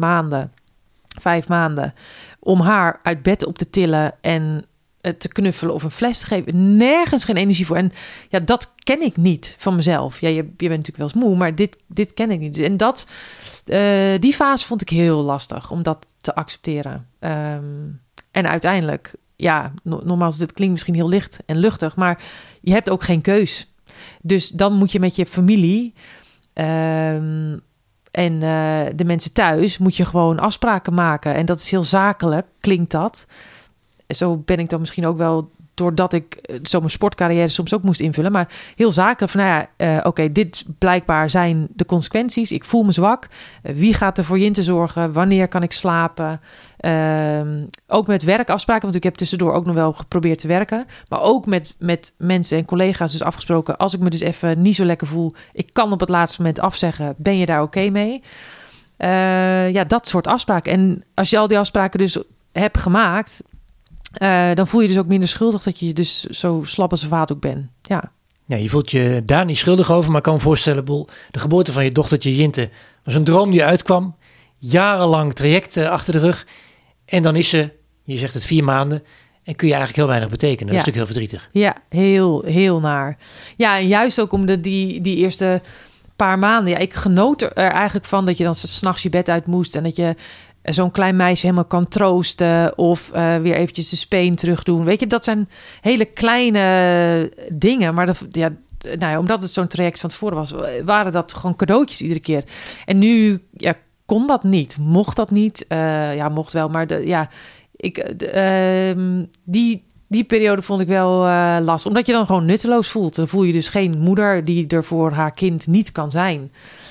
5 maanden... om haar uit bed op te tillen en te knuffelen of een fles te geven. Nergens geen energie voor. En ja, dat ken ik niet van mezelf. Ja, je bent natuurlijk wel eens moe, maar dit ken ik niet. En die fase vond ik heel lastig om dat te accepteren. En uiteindelijk, ja, nogmaals, dit klinkt misschien heel licht en luchtig, maar je hebt ook geen keus. Dus dan moet je met je familie en de mensen thuis moet je gewoon afspraken maken. En dat is heel zakelijk, klinkt dat. Zo ben ik dan misschien ook wel, doordat ik zo mijn sportcarrière soms ook moest invullen. Maar heel zakelijk van, oké, dit blijkbaar zijn de consequenties. Ik voel me zwak. Wie gaat er voor Jinte zorgen? Wanneer kan ik slapen? Ook met werkafspraken, want ik heb tussendoor ook nog wel geprobeerd te werken. Maar ook met mensen en collega's dus afgesproken. Als ik me dus even niet zo lekker voel, ik kan op het laatste moment afzeggen. Ben je daar oké mee? Dat soort afspraken. En als je al die afspraken dus hebt gemaakt, dan voel je dus ook minder schuldig dat je dus zo slap als een vaatdoek bent. Ja. Ja, je voelt je daar niet schuldig over, maar ik kan me voorstellen, Boel, de geboorte van je dochtertje Jinte was een droom die uitkwam. Jarenlang traject achter de rug. En dan is ze, je zegt het 4 maanden, en kun je eigenlijk heel weinig betekenen. Dat is natuurlijk heel verdrietig. Ja, heel, heel naar. Ja, en juist ook om die eerste paar maanden. Ja, ik genoot er eigenlijk van dat je dan 's nachts je bed uit moest en dat je zo'n klein meisje helemaal kan troosten of weer eventjes de speen terug doen. Weet je, dat zijn hele kleine dingen. Maar omdat het zo'n traject van tevoren was, waren dat gewoon cadeautjes iedere keer. En nu kon dat niet, mocht dat niet. Mocht wel, maar die periode vond ik wel lastig. Omdat je dan gewoon nutteloos voelt. Dan voel je dus geen moeder die er voor haar kind niet kan zijn.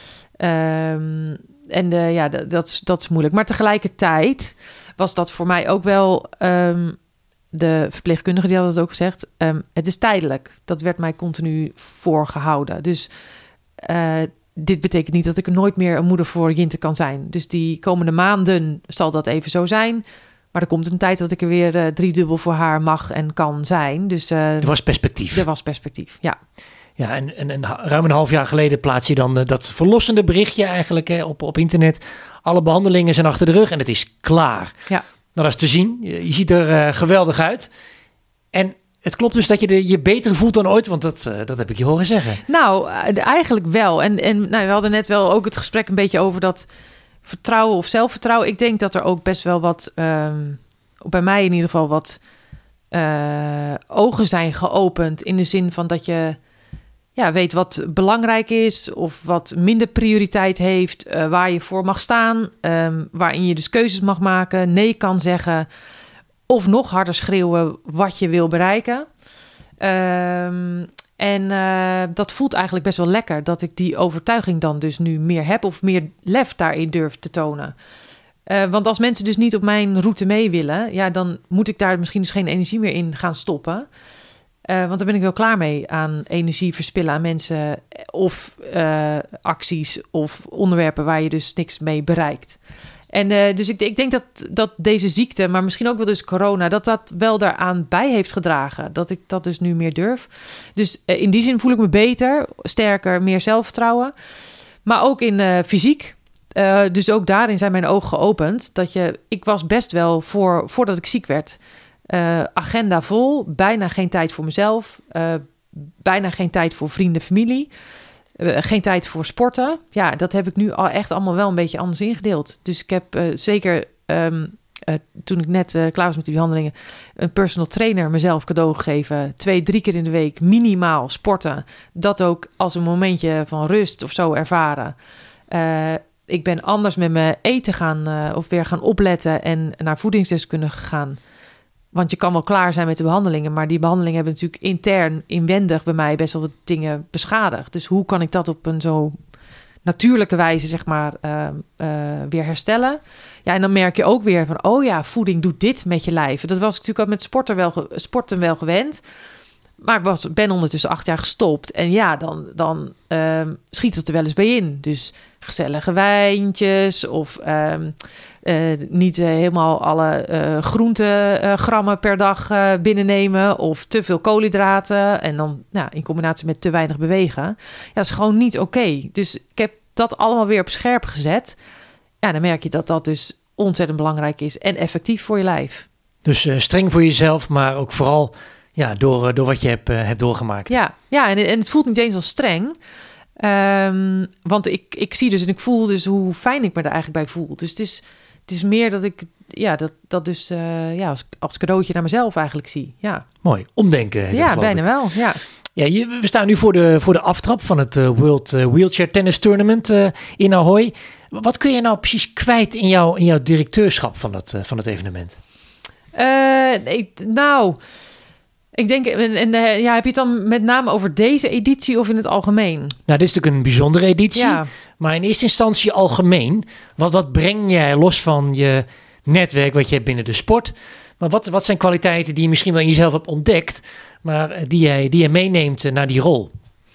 Dat is moeilijk. Maar tegelijkertijd was dat voor mij ook wel... de verpleegkundige die had het ook gezegd. Het is tijdelijk. Dat werd mij continu voorgehouden. Dus dit betekent niet dat ik er nooit meer een moeder voor Jinte kan zijn. Dus die komende maanden zal dat even zo zijn. Maar er komt een tijd dat ik er weer 3-dubbel voor haar mag en kan zijn. Dus er was perspectief. Er was perspectief, ja. Ja, en ruim een half jaar geleden plaats je dan dat verlossende berichtje eigenlijk op internet. Alle behandelingen zijn achter de rug en het is klaar. Ja. Nou, dat is te zien. Je ziet er geweldig uit. En Het klopt dus dat je je beter voelt dan ooit, want dat heb ik je horen zeggen. Nou, eigenlijk wel. En we hadden net wel ook het gesprek een beetje over dat vertrouwen of zelfvertrouwen. Ik denk dat er ook best wel wat, bij mij in ieder geval, wat ogen zijn geopend. In de zin van dat je weet wat belangrijk is of wat minder prioriteit heeft. Waar je voor mag staan. Waarin je dus keuzes mag maken. Nee kan zeggen. Of nog harder schreeuwen wat je wil bereiken. Dat voelt eigenlijk best wel lekker. Dat ik die overtuiging dan dus nu meer heb. Of meer lef daarin durf te tonen. Want als mensen dus niet op mijn route mee willen. Ja, dan moet ik daar misschien dus geen energie meer in gaan stoppen. Want daar ben ik wel klaar mee aan energie verspillen aan mensen. Of acties of onderwerpen waar je dus niks mee bereikt. En dus ik denk dat deze ziekte, maar misschien ook wel dus corona, dat wel daaraan bij heeft gedragen. Dat ik dat dus nu meer durf. Dus in die zin voel ik me beter, sterker, meer zelfvertrouwen. Maar ook in fysiek. Dus ook daarin zijn mijn ogen geopend. Ik was best wel voordat ik ziek werd. Agenda vol, bijna geen tijd voor mezelf. Bijna geen tijd voor vrienden, familie. Geen tijd voor sporten. Ja, dat heb ik nu al echt allemaal wel een beetje anders ingedeeld. Dus ik heb zeker toen ik net klaar was met die behandelingen, een personal trainer mezelf cadeau gegeven. 2-3 keer in de week minimaal sporten. Dat ook als een momentje van rust of zo ervaren. Ik ben anders met mijn eten gaan opletten en naar voedingsdeskundige gegaan. Want je kan wel klaar zijn met de behandelingen, maar die behandelingen hebben natuurlijk intern, inwendig bij mij best wel wat dingen beschadigd. Dus hoe kan ik dat op een zo natuurlijke wijze, zeg maar, weer herstellen? Ja, en dan merk je ook weer van, oh ja, voeding doet dit met je lijf. Dat was ik natuurlijk al met sporten wel gewend. Maar ik ben ondertussen 8 jaar gestopt. En ja, dan schiet het er wel eens bij in. Dus gezellige wijntjes of niet helemaal alle groentegrammen per dag binnennemen. Of te veel koolhydraten. En dan in combinatie met te weinig bewegen. Ja, dat is gewoon niet oké. Dus ik heb dat allemaal weer op scherp gezet. Ja, dan merk je dat dat dus ontzettend belangrijk is. En effectief voor je lijf. Dus streng voor jezelf, maar ook vooral door wat je hebt doorgemaakt. Ja, en het voelt niet eens als streng. Want ik zie dus en ik voel dus hoe fijn ik me er eigenlijk bij voel. Dus het is meer dat ik dat dus als cadeautje naar mezelf eigenlijk zie. Ja. Mooi, omdenken. Ja, bijna wel, ja. Ja, we staan nu voor de aftrap van het World Wheelchair Tennis Tournament in Ahoy. Wat kun je nou precies kwijt in jouw directeurschap van het evenement? Ik denk, heb je het dan met name over deze editie of in het algemeen? Nou, dit is natuurlijk een bijzondere editie. Ja. Maar in eerste instantie algemeen. Wat breng jij los van je netwerk wat je hebt binnen de sport? Maar wat zijn kwaliteiten die je misschien wel in jezelf hebt ontdekt, maar die jij meeneemt naar die rol?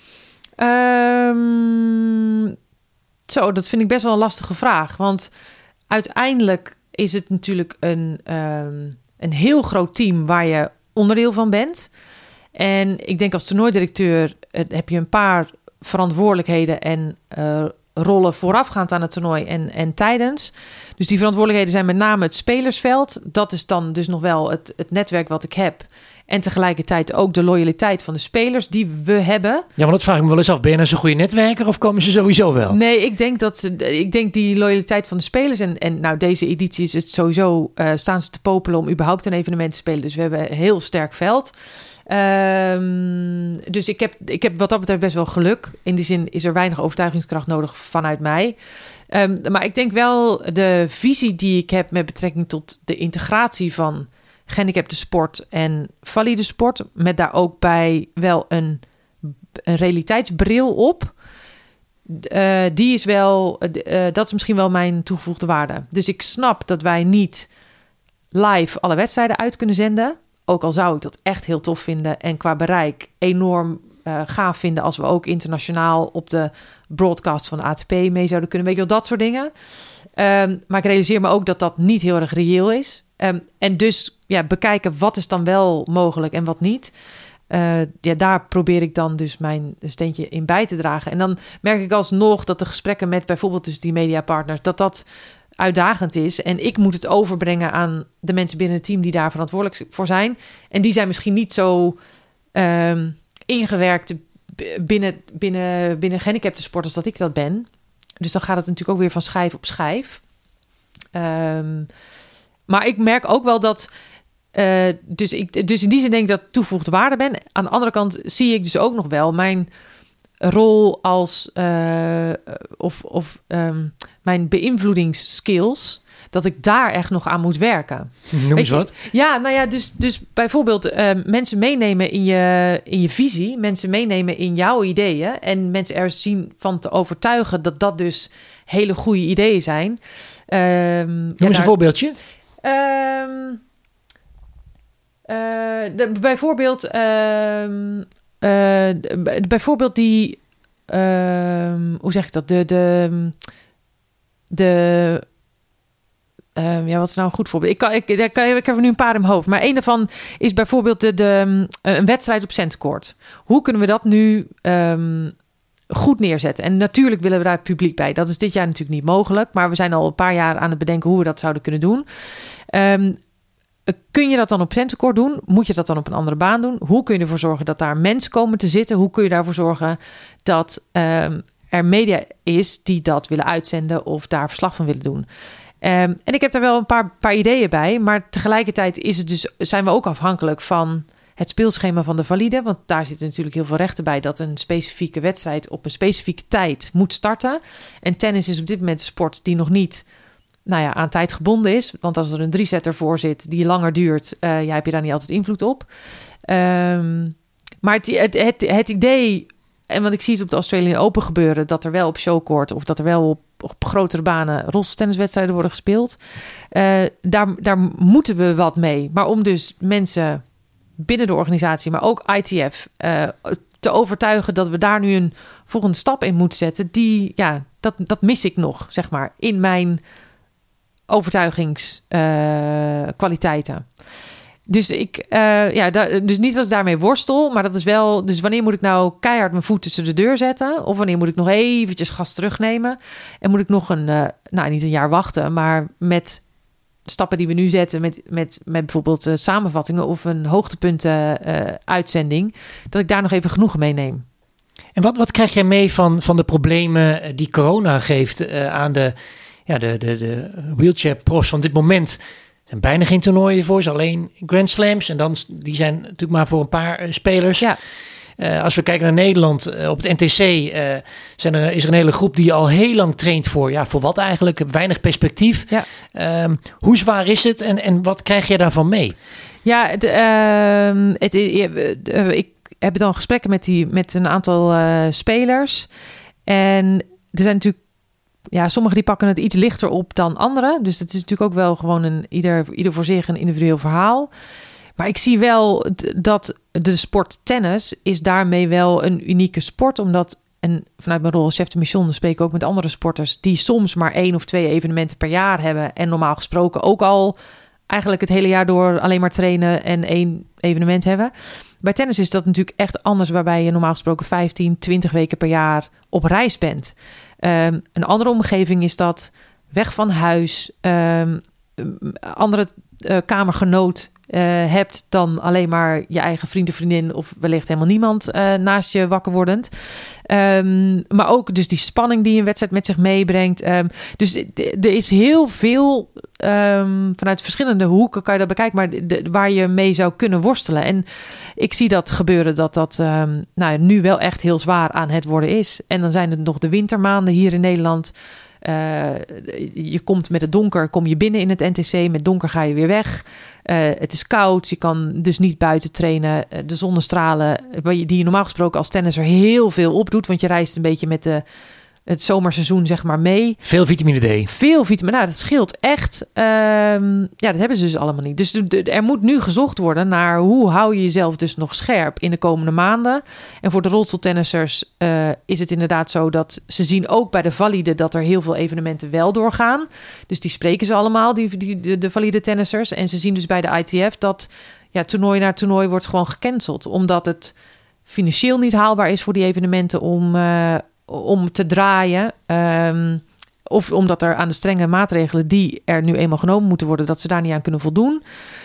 Dat vind ik best wel een lastige vraag. Want uiteindelijk is het natuurlijk een heel groot team waar je onderdeel van bent. En ik denk als toernooidirecteur heb je een paar verantwoordelijkheden en rollen voorafgaand aan het toernooi en tijdens. Dus die verantwoordelijkheden zijn met name het spelersveld. Dat is dan dus nog wel het netwerk wat ik heb. En tegelijkertijd ook de loyaliteit van de spelers die we hebben. Ja, maar dat vraag ik me wel eens af. Ben je nou zo'n goede netwerker of komen ze sowieso wel? Nee, ik denk die loyaliteit van de spelers. En nou, deze editie is het sowieso, staan ze te popelen om überhaupt een evenement te spelen. Dus we hebben een heel sterk veld. Dus ik heb wat dat betreft best wel geluk. In die zin is er weinig overtuigingskracht nodig vanuit mij. Maar ik denk wel de visie die ik heb met betrekking tot de integratie van gehandicapte sport en valide sport, met daar ook bij wel een realiteitsbril op. Die is wel, dat is misschien wel mijn toegevoegde waarde. Dus ik snap dat wij niet live alle wedstrijden uit kunnen zenden. Ook al zou ik dat echt heel tof vinden en qua bereik enorm gaaf vinden als we ook internationaal op de broadcast van de ATP mee zouden kunnen. Weet je wel, dat soort dingen. Maar ik realiseer me ook dat dat niet heel erg reëel is. En dus bekijken wat is dan wel mogelijk en wat niet. Daar probeer ik dan dus mijn steentje in bij te dragen. En dan merk ik alsnog dat de gesprekken met bijvoorbeeld dus die mediapartners, dat uitdagend is. En ik moet het overbrengen aan de mensen binnen het team die daar verantwoordelijk voor zijn. En die zijn misschien niet zo ingewerkt binnen gehandicapte sporters dat ik dat ben. Dus dan gaat het natuurlijk ook weer van schijf op schijf. Maar ik merk ook wel dat... Dus in die zin denk ik dat ik toegevoegde waarde ben. Aan de andere kant zie ik dus ook nog wel mijn rol als... mijn beïnvloedingsskills... dat ik daar echt nog aan moet werken. Noem eens wat. Ja, nou ja, dus bijvoorbeeld mensen meenemen in je visie... mensen meenemen in jouw ideeën... en mensen er zien van te overtuigen... dat dat dus hele goede ideeën zijn. Noem eens een voorbeeldje. Bijvoorbeeld die... hoe zeg ik dat? Wat is nou een goed voorbeeld? Ik heb er nu een paar in mijn hoofd. Maar een daarvan is bijvoorbeeld een wedstrijd op centenkoord. Hoe kunnen we dat nu goed neerzetten? En natuurlijk willen we daar het publiek bij. Dat is dit jaar natuurlijk niet mogelijk. Maar we zijn al een paar jaar aan het bedenken hoe we dat zouden kunnen doen. Kun je dat dan op centenkoord doen? Moet je dat dan op een andere baan doen? Hoe kun je ervoor zorgen dat daar mensen komen te zitten? Hoe kun je daarvoor zorgen dat er media is die dat willen uitzenden of daar verslag van willen doen? En ik heb daar wel een paar ideeën bij, maar tegelijkertijd zijn we ook afhankelijk van het speelschema van de valide, want daar zitten natuurlijk heel veel rechten bij dat een specifieke wedstrijd op een specifieke tijd moet starten. En tennis is op dit moment een sport die nog niet aan tijd gebonden is, want als er een 3-setter voor zit die langer duurt, heb je daar niet altijd invloed op. Maar het idee, en want ik zie het op de Australian Open gebeuren, dat er wel op showcourt of dat er wel op grotere banen rolstoeltenniswedstrijden worden gespeeld. Daar moeten we wat mee. Maar om dus mensen binnen de organisatie, maar ook ITF, te overtuigen dat we daar nu een volgende stap in moeten zetten, dat mis ik nog, zeg maar, in mijn overtuigingskwaliteiten. Dus dus niet dat ik daarmee worstel, maar dat is wel... Dus wanneer moet ik nou keihard mijn voet tussen de deur zetten? Of wanneer moet ik nog eventjes gas terugnemen? En moet ik nog niet een jaar wachten, maar met stappen die we nu zetten, met bijvoorbeeld samenvattingen of een hoogtepunten uitzending, dat ik daar nog even genoegen mee neem. En wat krijg jij mee van de problemen die corona geeft aan de wheelchair-profs van dit moment? Er zijn bijna geen toernooien voor ze, alleen Grand Slams. En dan, die zijn natuurlijk maar voor een paar spelers. Ja. Als we kijken naar Nederland, op het NTC is er een hele groep die al heel lang traint voor wat eigenlijk? Weinig perspectief. Ja. Hoe zwaar is het en wat krijg je daarvan mee? Ja, ik heb dan gesprekken met een aantal spelers. En er zijn natuurlijk... Ja, sommigen die pakken het iets lichter op dan anderen. Dus het is natuurlijk ook wel gewoon ieder voor zich een individueel verhaal. Maar ik zie wel dat de sport tennis is daarmee wel een unieke sport. Omdat, en vanuit mijn rol als chef de mission spreek ik ook met andere sporters die soms maar 1 of 2 evenementen per jaar hebben. En normaal gesproken ook al eigenlijk het hele jaar door alleen maar trainen en 1 evenement hebben. Bij tennis is dat natuurlijk echt anders, waarbij je normaal gesproken 15, 20 weken per jaar op reis bent. Een andere omgeving is dat weg van huis, andere kamergenoot hebt dan alleen maar je eigen vriend of vriendin of wellicht helemaal niemand naast je wakker wordend. Maar ook dus die spanning die een wedstrijd met zich meebrengt. Dus er is heel veel vanuit verschillende hoeken kan je dat bekijken, maar waar je mee zou kunnen worstelen. En ik zie dat gebeuren dat nu wel echt heel zwaar aan het worden is. En dan zijn het nog de wintermaanden hier in Nederland. Je komt met het donker, kom je binnen in het NTC. Met donker ga je weer weg. Het is koud, je kan dus niet buiten trainen. De zonnestralen, die je normaal gesproken als tennisser heel veel opdoet. Want je reist een beetje met het zomerseizoen zeg maar mee. Veel vitamine D. Veel vitamine, dat scheelt echt. Dat hebben ze dus allemaal niet. Dus er moet nu gezocht worden naar hoe hou je jezelf dus nog scherp in de komende maanden. En voor de rolstoeltennissers is het inderdaad zo dat ze zien ook bij de valide dat er heel veel evenementen wel doorgaan. Dus die spreken ze allemaal, de valide tennissers. En ze zien dus bij de ITF dat toernooi na toernooi wordt gewoon gecanceld. Omdat het financieel niet haalbaar is voor die evenementen om te draaien. of omdat er aan de strenge maatregelen die er nu eenmaal genomen moeten worden, dat ze daar niet aan kunnen voldoen.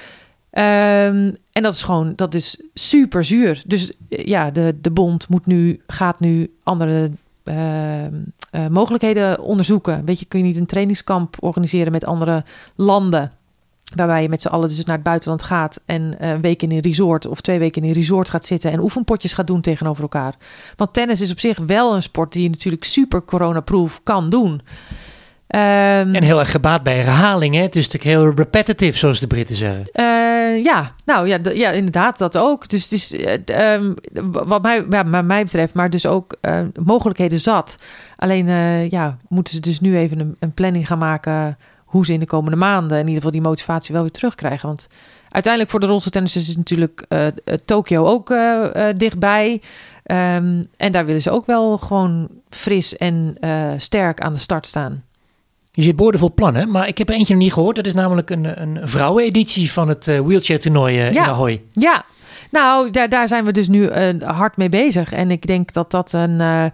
En dat is super zuur. Dus de bond gaat nu andere mogelijkheden onderzoeken. Weet je, kun je niet een trainingskamp organiseren met andere landen, waarbij je met z'n allen dus naar het buitenland gaat en een week in een resort of 2 weken in een resort gaat zitten en oefenpotjes gaat doen tegenover elkaar. Want tennis is op zich wel een sport die je natuurlijk super coronaproof kan doen. En heel erg gebaat bij herhaling, hè? Het is natuurlijk heel repetitive, zoals de Britten zeggen. Inderdaad, dat ook. Dus het is wat mij betreft, maar dus ook mogelijkheden zat. Alleen moeten ze dus nu even een planning gaan maken hoe ze in de komende maanden in ieder geval die motivatie wel weer terugkrijgen. Want uiteindelijk voor de rolstoeltennissers is natuurlijk Tokio ook dichtbij. En daar willen ze ook wel gewoon fris en sterk aan de start staan. Je zit boordevol plannen, maar ik heb er eentje nog niet gehoord. Dat is namelijk een vrouweneditie van het wheelchair-toernooi in Ahoy. Ja, nou, daar zijn we dus nu hard mee bezig. En ik denk dat een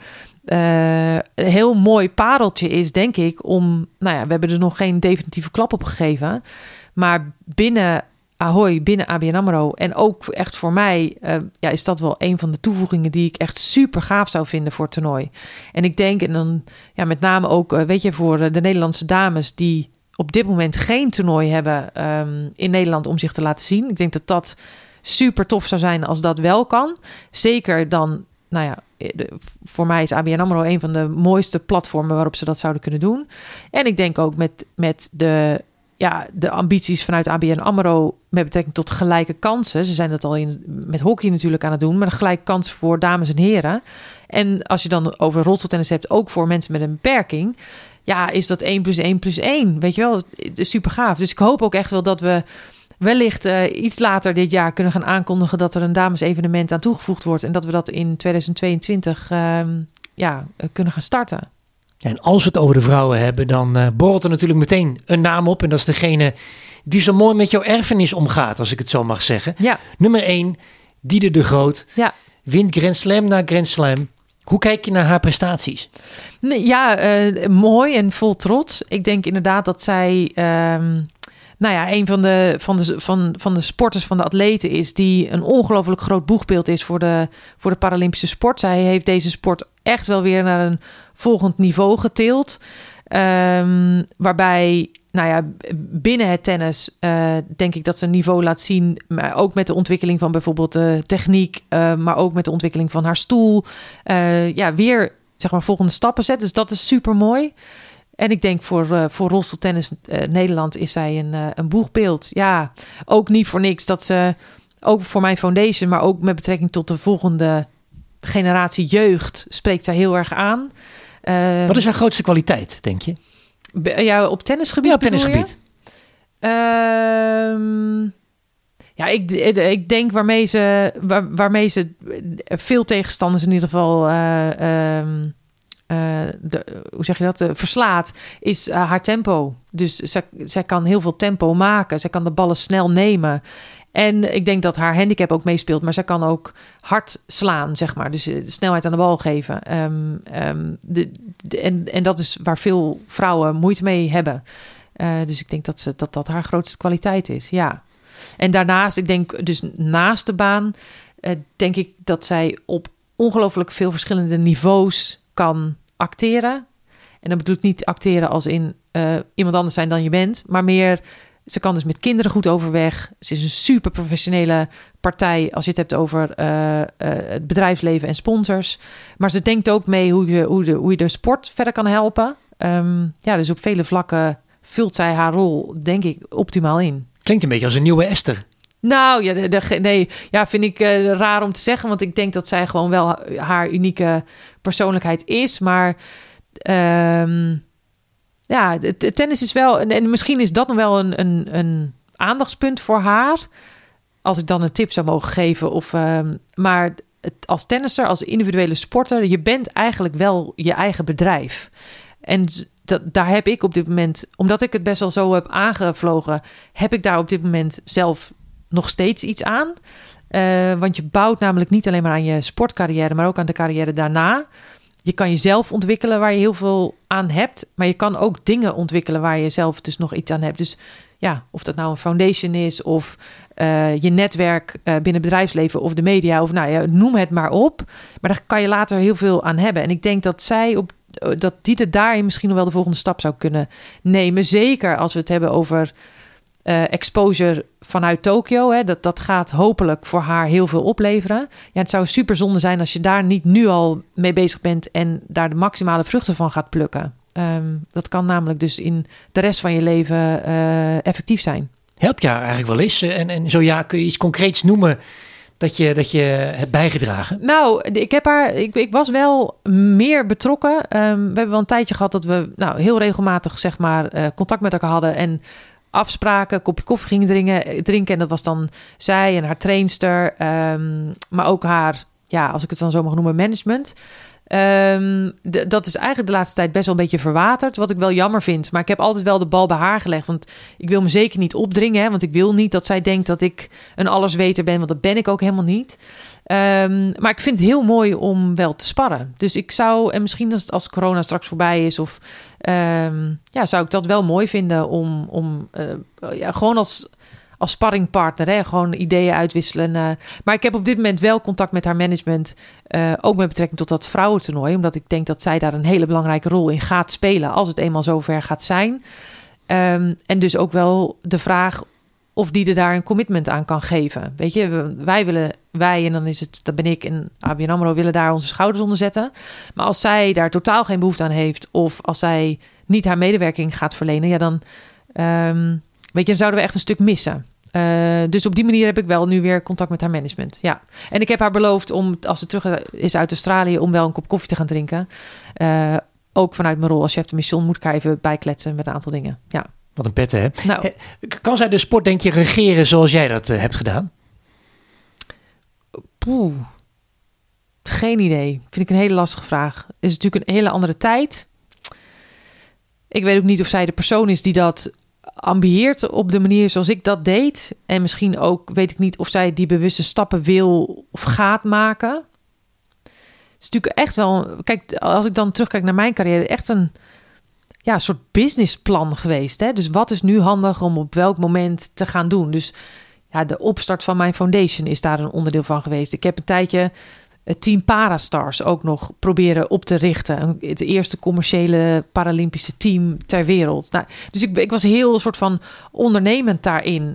heel mooi pareltje is, denk ik. We hebben er nog geen definitieve klap op gegeven. Maar binnen Ahoy, binnen ABN AMRO en ook echt voor mij is dat wel een van de toevoegingen die ik echt super gaaf zou vinden voor het toernooi. En ik denk, en dan met name ook, voor de Nederlandse dames die op dit moment geen toernooi hebben in Nederland om zich te laten zien. Ik denk dat dat super tof zou zijn als dat wel kan. Zeker dan, voor mij is ABN AMRO een van de mooiste platformen waarop ze dat zouden kunnen doen. En ik denk ook met de ambities vanuit ABN AMRO met betrekking tot gelijke kansen. Ze zijn dat al met hockey natuurlijk aan het doen, maar gelijke kansen voor dames en heren. En als je dan over rolstoeltennis hebt, ook voor mensen met een beperking, is dat 1 + 1 + 1. Weet je wel, het is super gaaf. Dus ik hoop ook echt wel dat we wellicht iets later dit jaar kunnen gaan aankondigen dat er een damesevenement aan toegevoegd wordt en dat we dat in 2022 kunnen gaan starten. En als we het over de vrouwen hebben, dan borrelt er natuurlijk meteen een naam op. En dat is degene die zo mooi met jouw erfenis omgaat, als ik het zo mag zeggen. Ja. Nummer 1, Diede de Groot. Ja. Wint Grand Slam na Grand Slam. Hoe kijk je naar haar prestaties? Mooi en vol trots. Ik denk inderdaad dat zij een van de sporters, van de atleten is die een ongelooflijk groot boegbeeld is voor de Paralympische sport. Zij heeft deze sport echt wel weer naar een volgend niveau getild. Waarbij, binnen het tennis denk ik dat ze een niveau laat zien. Maar ook met de ontwikkeling van bijvoorbeeld de techniek. Maar ook met de ontwikkeling van haar stoel. Weer volgende stappen zet. Dus dat is super mooi. En ik denk voor rolstoeltennis Nederland is zij een boegbeeld. Ja, ook niet voor niks dat ze, ook voor mijn foundation, maar ook met betrekking tot de volgende generatie jeugd, spreekt zij heel erg aan. Wat is haar grootste kwaliteit, denk je? Op tennisgebied? Ja, op tennisgebied. Ik denk waarmee ze veel tegenstanders in ieder geval verslaat, is haar tempo. Dus zij kan heel veel tempo maken. Zij kan de ballen snel nemen. En ik denk dat haar handicap ook meespeelt. Maar zij kan ook hard slaan, zeg maar. Dus snelheid aan de bal geven. En dat is waar veel vrouwen moeite mee hebben. Dus ik denk dat haar grootste kwaliteit is, ja. En daarnaast, ik denk dus naast de baan, denk ik dat zij op ongelooflijk veel verschillende niveaus kan acteren. En dan bedoel ik niet acteren als in iemand anders zijn dan je bent, maar meer, ze kan dus met kinderen goed overweg. Ze is een super professionele partij als je het hebt over het bedrijfsleven en sponsors. Maar ze denkt ook mee hoe je de sport verder kan helpen. Dus op vele vlakken vult zij haar rol, denk ik, optimaal in. Klinkt een beetje als een nieuwe Esther. Nou, vind ik raar om te zeggen. Want ik denk dat zij gewoon wel haar unieke persoonlijkheid is. Maar het tennis is wel... En misschien is dat nog wel een aandachtspunt voor haar. Als ik dan een tip zou mogen geven. Maar als tennisser, als individuele sporter, je bent eigenlijk wel je eigen bedrijf. En daar heb ik op dit moment, omdat ik het best wel zo heb aangevlogen, heb ik daar op dit moment zelf nog steeds iets aan. Want je bouwt namelijk niet alleen maar aan je sportcarrière, maar ook aan de carrière daarna. je kan jezelf ontwikkelen waar je heel veel aan hebt. Maar je kan ook dingen ontwikkelen waar je zelf dus nog iets aan hebt. Dus ja, of dat nou een foundation is of je netwerk binnen het bedrijfsleven of de media. Of nou ja, noem het maar op. Maar daar kan je later heel veel aan hebben. En ik denk dat dat die er daarin misschien nog wel de volgende stap zou kunnen nemen. Zeker als we het hebben over exposure vanuit Tokio. Hè, dat gaat hopelijk voor haar heel veel opleveren. Ja, het zou super zonde zijn als je daar niet nu al mee bezig bent en daar de maximale vruchten van gaat plukken. Dat kan namelijk dus in de rest van je leven effectief zijn. Help je haar eigenlijk wel eens? En zo ja, kun je iets concreets noemen dat je hebt bijgedragen? Nou, ik was wel meer betrokken. We hebben wel een tijdje gehad dat we heel regelmatig zeg maar contact met elkaar hadden en afspraken, kopje koffie gingen drinken. En dat was dan zij en haar trainster, maar ook haar, ja, als ik het dan zo mag noemen, management. Dat is eigenlijk de laatste tijd best wel een beetje verwaterd, wat ik wel jammer vind. Maar ik heb altijd wel de bal bij haar gelegd, want ik wil me zeker niet opdringen, hè, want ik wil niet dat zij denkt dat ik een allesweter ben, want dat ben ik ook helemaal niet. Maar ik vind het heel mooi om wel te sparren. Dus ik zou, en misschien als corona straks voorbij is, of zou ik dat wel mooi vinden om gewoon als sparringpartner, hè, gewoon ideeën uitwisselen. Maar ik heb op dit moment wel contact met haar management, ook met betrekking tot dat vrouwentoernooi, omdat ik denk dat zij daar een hele belangrijke rol in gaat spelen als het eenmaal zover gaat zijn. En dus ook wel de vraag of die er daar een commitment aan kan geven. Weet je, wij en dan ben ik en ABN AMRO willen daar onze schouders onder zetten. Maar als zij daar totaal geen behoefte aan heeft, of als zij niet haar medewerking gaat verlenen, ja, dan zouden we echt een stuk missen. Dus op die manier heb ik wel nu weer contact met haar management. Ja. En ik heb haar beloofd om, als ze terug is uit Australië, om wel een kop koffie te gaan drinken. Ook vanuit mijn rol als chef de mission moet ik haar even bijkletsen met een aantal dingen. Ja. Wat een pette, hè? Nou, kan zij de sport, denk je, regeren zoals jij dat hebt gedaan? Geen idee. Vind ik een hele lastige vraag. Het is natuurlijk een hele andere tijd. Ik weet ook niet of zij de persoon is die dat ambieert op de manier zoals ik dat deed. En misschien ook weet ik niet of zij die bewuste stappen wil of gaat maken. Het is natuurlijk echt wel, kijk, als ik dan terugkijk naar mijn carrière, echt een soort businessplan geweest. Hè? Dus wat is nu handig om op welk moment te gaan doen? Dus ja, de opstart van mijn foundation is daar een onderdeel van geweest. Ik heb een tijdje het team Parastars ook nog proberen op te richten. Het eerste commerciële Paralympische team ter wereld. Nou, dus ik was heel soort van ondernemend daarin.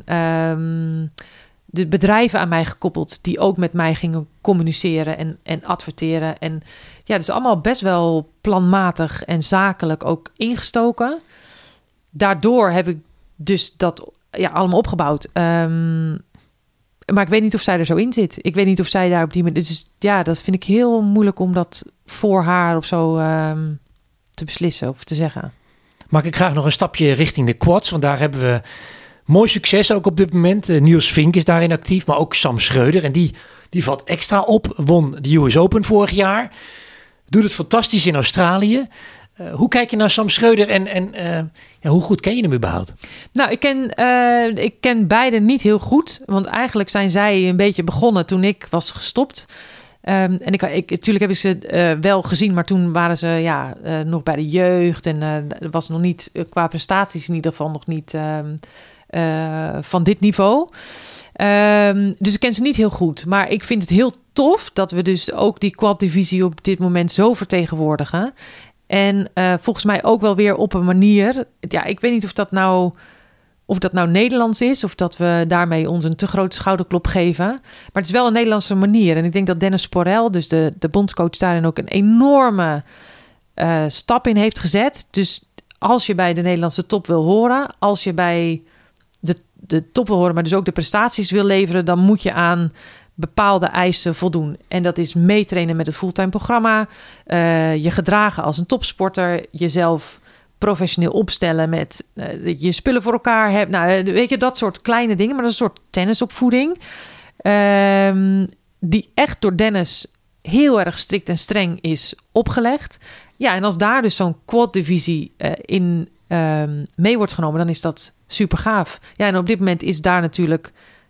De bedrijven aan mij gekoppeld die ook met mij gingen communiceren en adverteren. En ja, dus allemaal best wel planmatig en zakelijk ook ingestoken. Daardoor heb ik dus dat allemaal opgebouwd. Maar ik weet niet of zij er zo in zit. Ik weet niet of zij daar op die manier. Dus ja, dat vind ik heel moeilijk om dat voor haar of zo te beslissen of te zeggen. Maak ik graag nog een stapje richting de quads, want daar hebben we mooi succes ook op dit moment. Niels Vink is daarin actief, maar ook Sam Schreuder. En die valt extra op, won de US Open vorig jaar. Doet het fantastisch in Australië. Hoe kijk je naar Sam Schreuder en hoe goed ken je hem überhaupt? Nou, ik ken beide niet heel goed. Want eigenlijk zijn zij een beetje begonnen toen ik was gestopt. En natuurlijk heb ik ze wel gezien, maar toen waren ze nog bij de jeugd. En er was nog niet, qua prestaties in ieder geval, nog niet van dit niveau. Dus ik ken ze niet heel goed. Maar ik vind het heel tof dat we dus ook die quad-divisie op dit moment zo vertegenwoordigen. En volgens mij ook wel weer op een manier. Ja, ik weet niet of dat nou Nederlands is, of dat we daarmee ons een te grote schouderklop geven. Maar het is wel een Nederlandse manier. En ik denk dat Dennis Sporel, dus de bondscoach, daarin ook een enorme stap in heeft gezet. Dus als je bij de Nederlandse top wil horen, als je bij de top wil horen, maar dus ook de prestaties wil leveren, dan moet je aan bepaalde eisen voldoen. En dat is meetrainen met het fulltime programma, je gedragen als een topsporter, jezelf professioneel opstellen met je spullen voor elkaar hebt. Nou, weet je, dat soort kleine dingen, maar dat is een soort tennisopvoeding. Die echt door Dennis heel erg strikt en streng is opgelegd. Ja, en als daar dus zo'n quad-divisie in mee wordt genomen, dan is dat super gaaf. Ja, en op dit moment is daar natuurlijk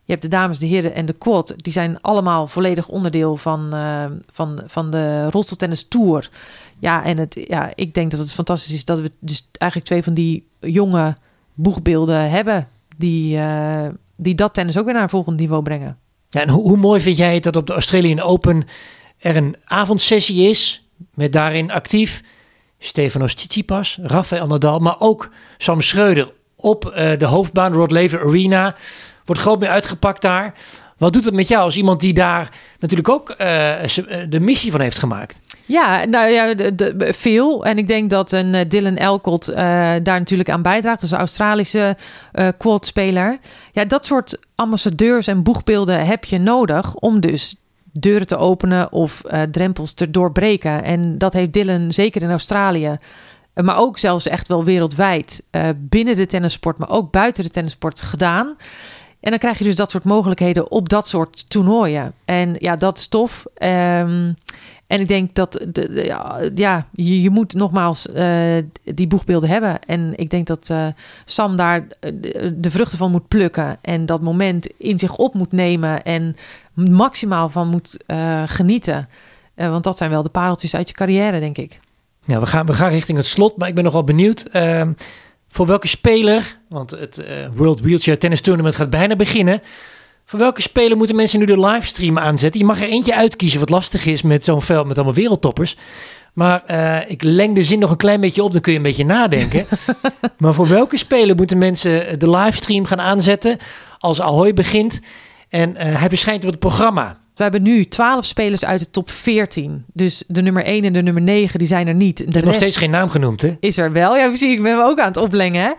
Je hebt de dames, de heren en de quad. Die zijn allemaal volledig onderdeel van de rolstoeltennis tour. Ja, en ik denk dat het fantastisch is dat we dus eigenlijk 2 van die jonge boegbeelden hebben die dat tennis ook weer naar een volgend niveau brengen. Ja, en hoe mooi vind jij het dat op de Australian Open er een avondsessie is met daarin actief Stefanos Tsitsipas, Rafael Nadal, maar ook Sam Schreuder op de hoofdbaan, Rod Laver Arena. Wordt groot mee uitgepakt daar. Wat doet het met jou als iemand die daar natuurlijk ook de missie van heeft gemaakt? Ja, nou ja, veel. En ik denk dat een Dylan Alcott daar natuurlijk aan bijdraagt. Dat is een Australische quad-speler. Ja, dat soort ambassadeurs en boegbeelden heb je nodig om dus deuren te openen of drempels te doorbreken. En dat heeft Dylan zeker in Australië, maar ook zelfs echt wel wereldwijd binnen de tennissport, maar ook buiten de tennissport gedaan. En dan krijg je dus dat soort mogelijkheden op dat soort toernooien. En ja, dat is tof. En ik denk dat je moet nogmaals die boegbeelden hebben. En ik denk dat Sam daar de vruchten van moet plukken. En dat moment in zich op moet nemen. En maximaal van moet genieten. Want dat zijn wel de pareltjes uit je carrière, denk ik. Ja, we gaan richting het slot. Maar ik ben nog wel benieuwd. Voor welke speler, want het World Wheelchair Tennis Tournament gaat bijna beginnen. Voor welke speler moeten mensen nu de livestream aanzetten? Je mag er eentje uitkiezen wat lastig is met zo'n veld met allemaal wereldtoppers. Maar ik leng de zin nog een klein beetje op, dan kun je een beetje nadenken. Maar voor welke speler moeten mensen de livestream gaan aanzetten als Ahoy begint? En hij verschijnt op het programma. We hebben nu 12 spelers uit de top 14. Dus de nummer 1 en de nummer 9, die zijn er niet. Je hebt nog steeds geen naam genoemd, hè? Is er wel. Ja, precies. Ik ben hem ook aan het oplengen.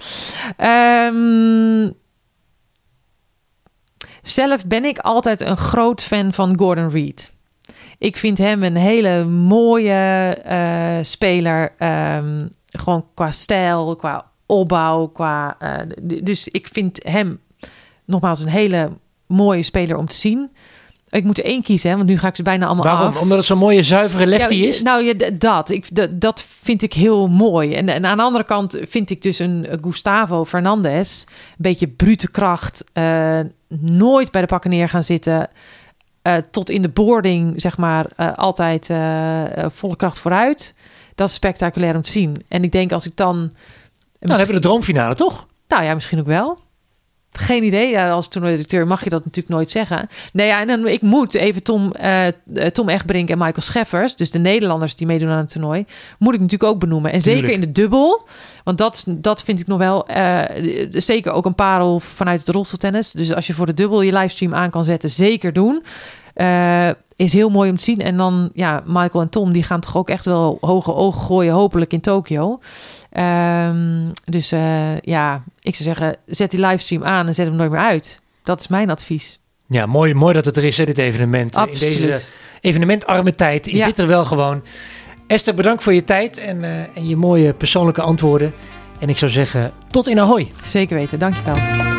Zelf ben ik altijd een groot fan van Gordon Reid. Ik vind hem een hele mooie speler. Gewoon qua stijl, qua opbouw. Dus ik vind hem nogmaals een hele mooie speler om te zien. Ik moet er 1 kiezen, hè, want nu ga ik ze bijna allemaal af. Waarom? Omdat het zo'n mooie, zuivere lefty is? Nou, ja, dat vind ik heel mooi. En aan de andere kant vind ik dus een Gustavo Fernandez, een beetje brute kracht, nooit bij de pakken neer gaan zitten, tot in de boarding, zeg maar, altijd volle kracht vooruit. Dat is spectaculair om te zien. En ik denk als ik dan... Nou, dan hebben we de droomfinale, toch? Nou ja, misschien ook wel. Geen idee. Ja, als toernooidirecteur mag je dat natuurlijk nooit zeggen. Nee, ja, en dan, ik moet even Tom Egberink en Michael Scheffers, dus de Nederlanders die meedoen aan het toernooi, moet ik natuurlijk ook benoemen. En zeker in de dubbel, want dat vind ik nog wel zeker ook een parel vanuit het rolstoeltennis. Dus als je voor de dubbel je livestream aan kan zetten, zeker doen. Is heel mooi om te zien. En dan, ja, Michael en Tom, die gaan toch ook echt wel hoge ogen gooien, hopelijk in Tokio. Dus ik zou zeggen, zet die livestream aan en zet hem nooit meer uit. Dat is mijn advies. Ja, mooi dat het er is, hè, dit evenement. Absoluut. In deze evenementarme tijd is dit er wel gewoon. Esther, bedankt voor je tijd en je mooie persoonlijke antwoorden. En ik zou zeggen, tot in Ahoy. Zeker weten, dankjewel.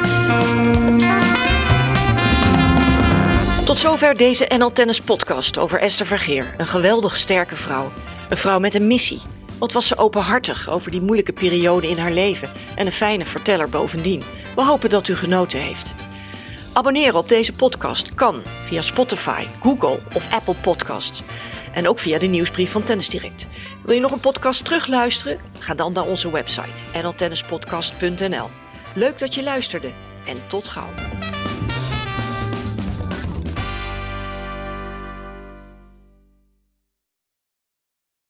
Tot zover deze NL Tennis podcast over Esther Vergeer. Een geweldig sterke vrouw. Een vrouw met een missie. Wat was ze openhartig over die moeilijke periode in haar leven. En een fijne verteller bovendien. We hopen dat u genoten heeft. Abonneren op deze podcast kan via Spotify, Google of Apple Podcasts. En ook via de nieuwsbrief van Tennis Direct. Wil je nog een podcast terugluisteren? Ga dan naar onze website nltennispodcast.nl. Leuk dat je luisterde en tot gauw.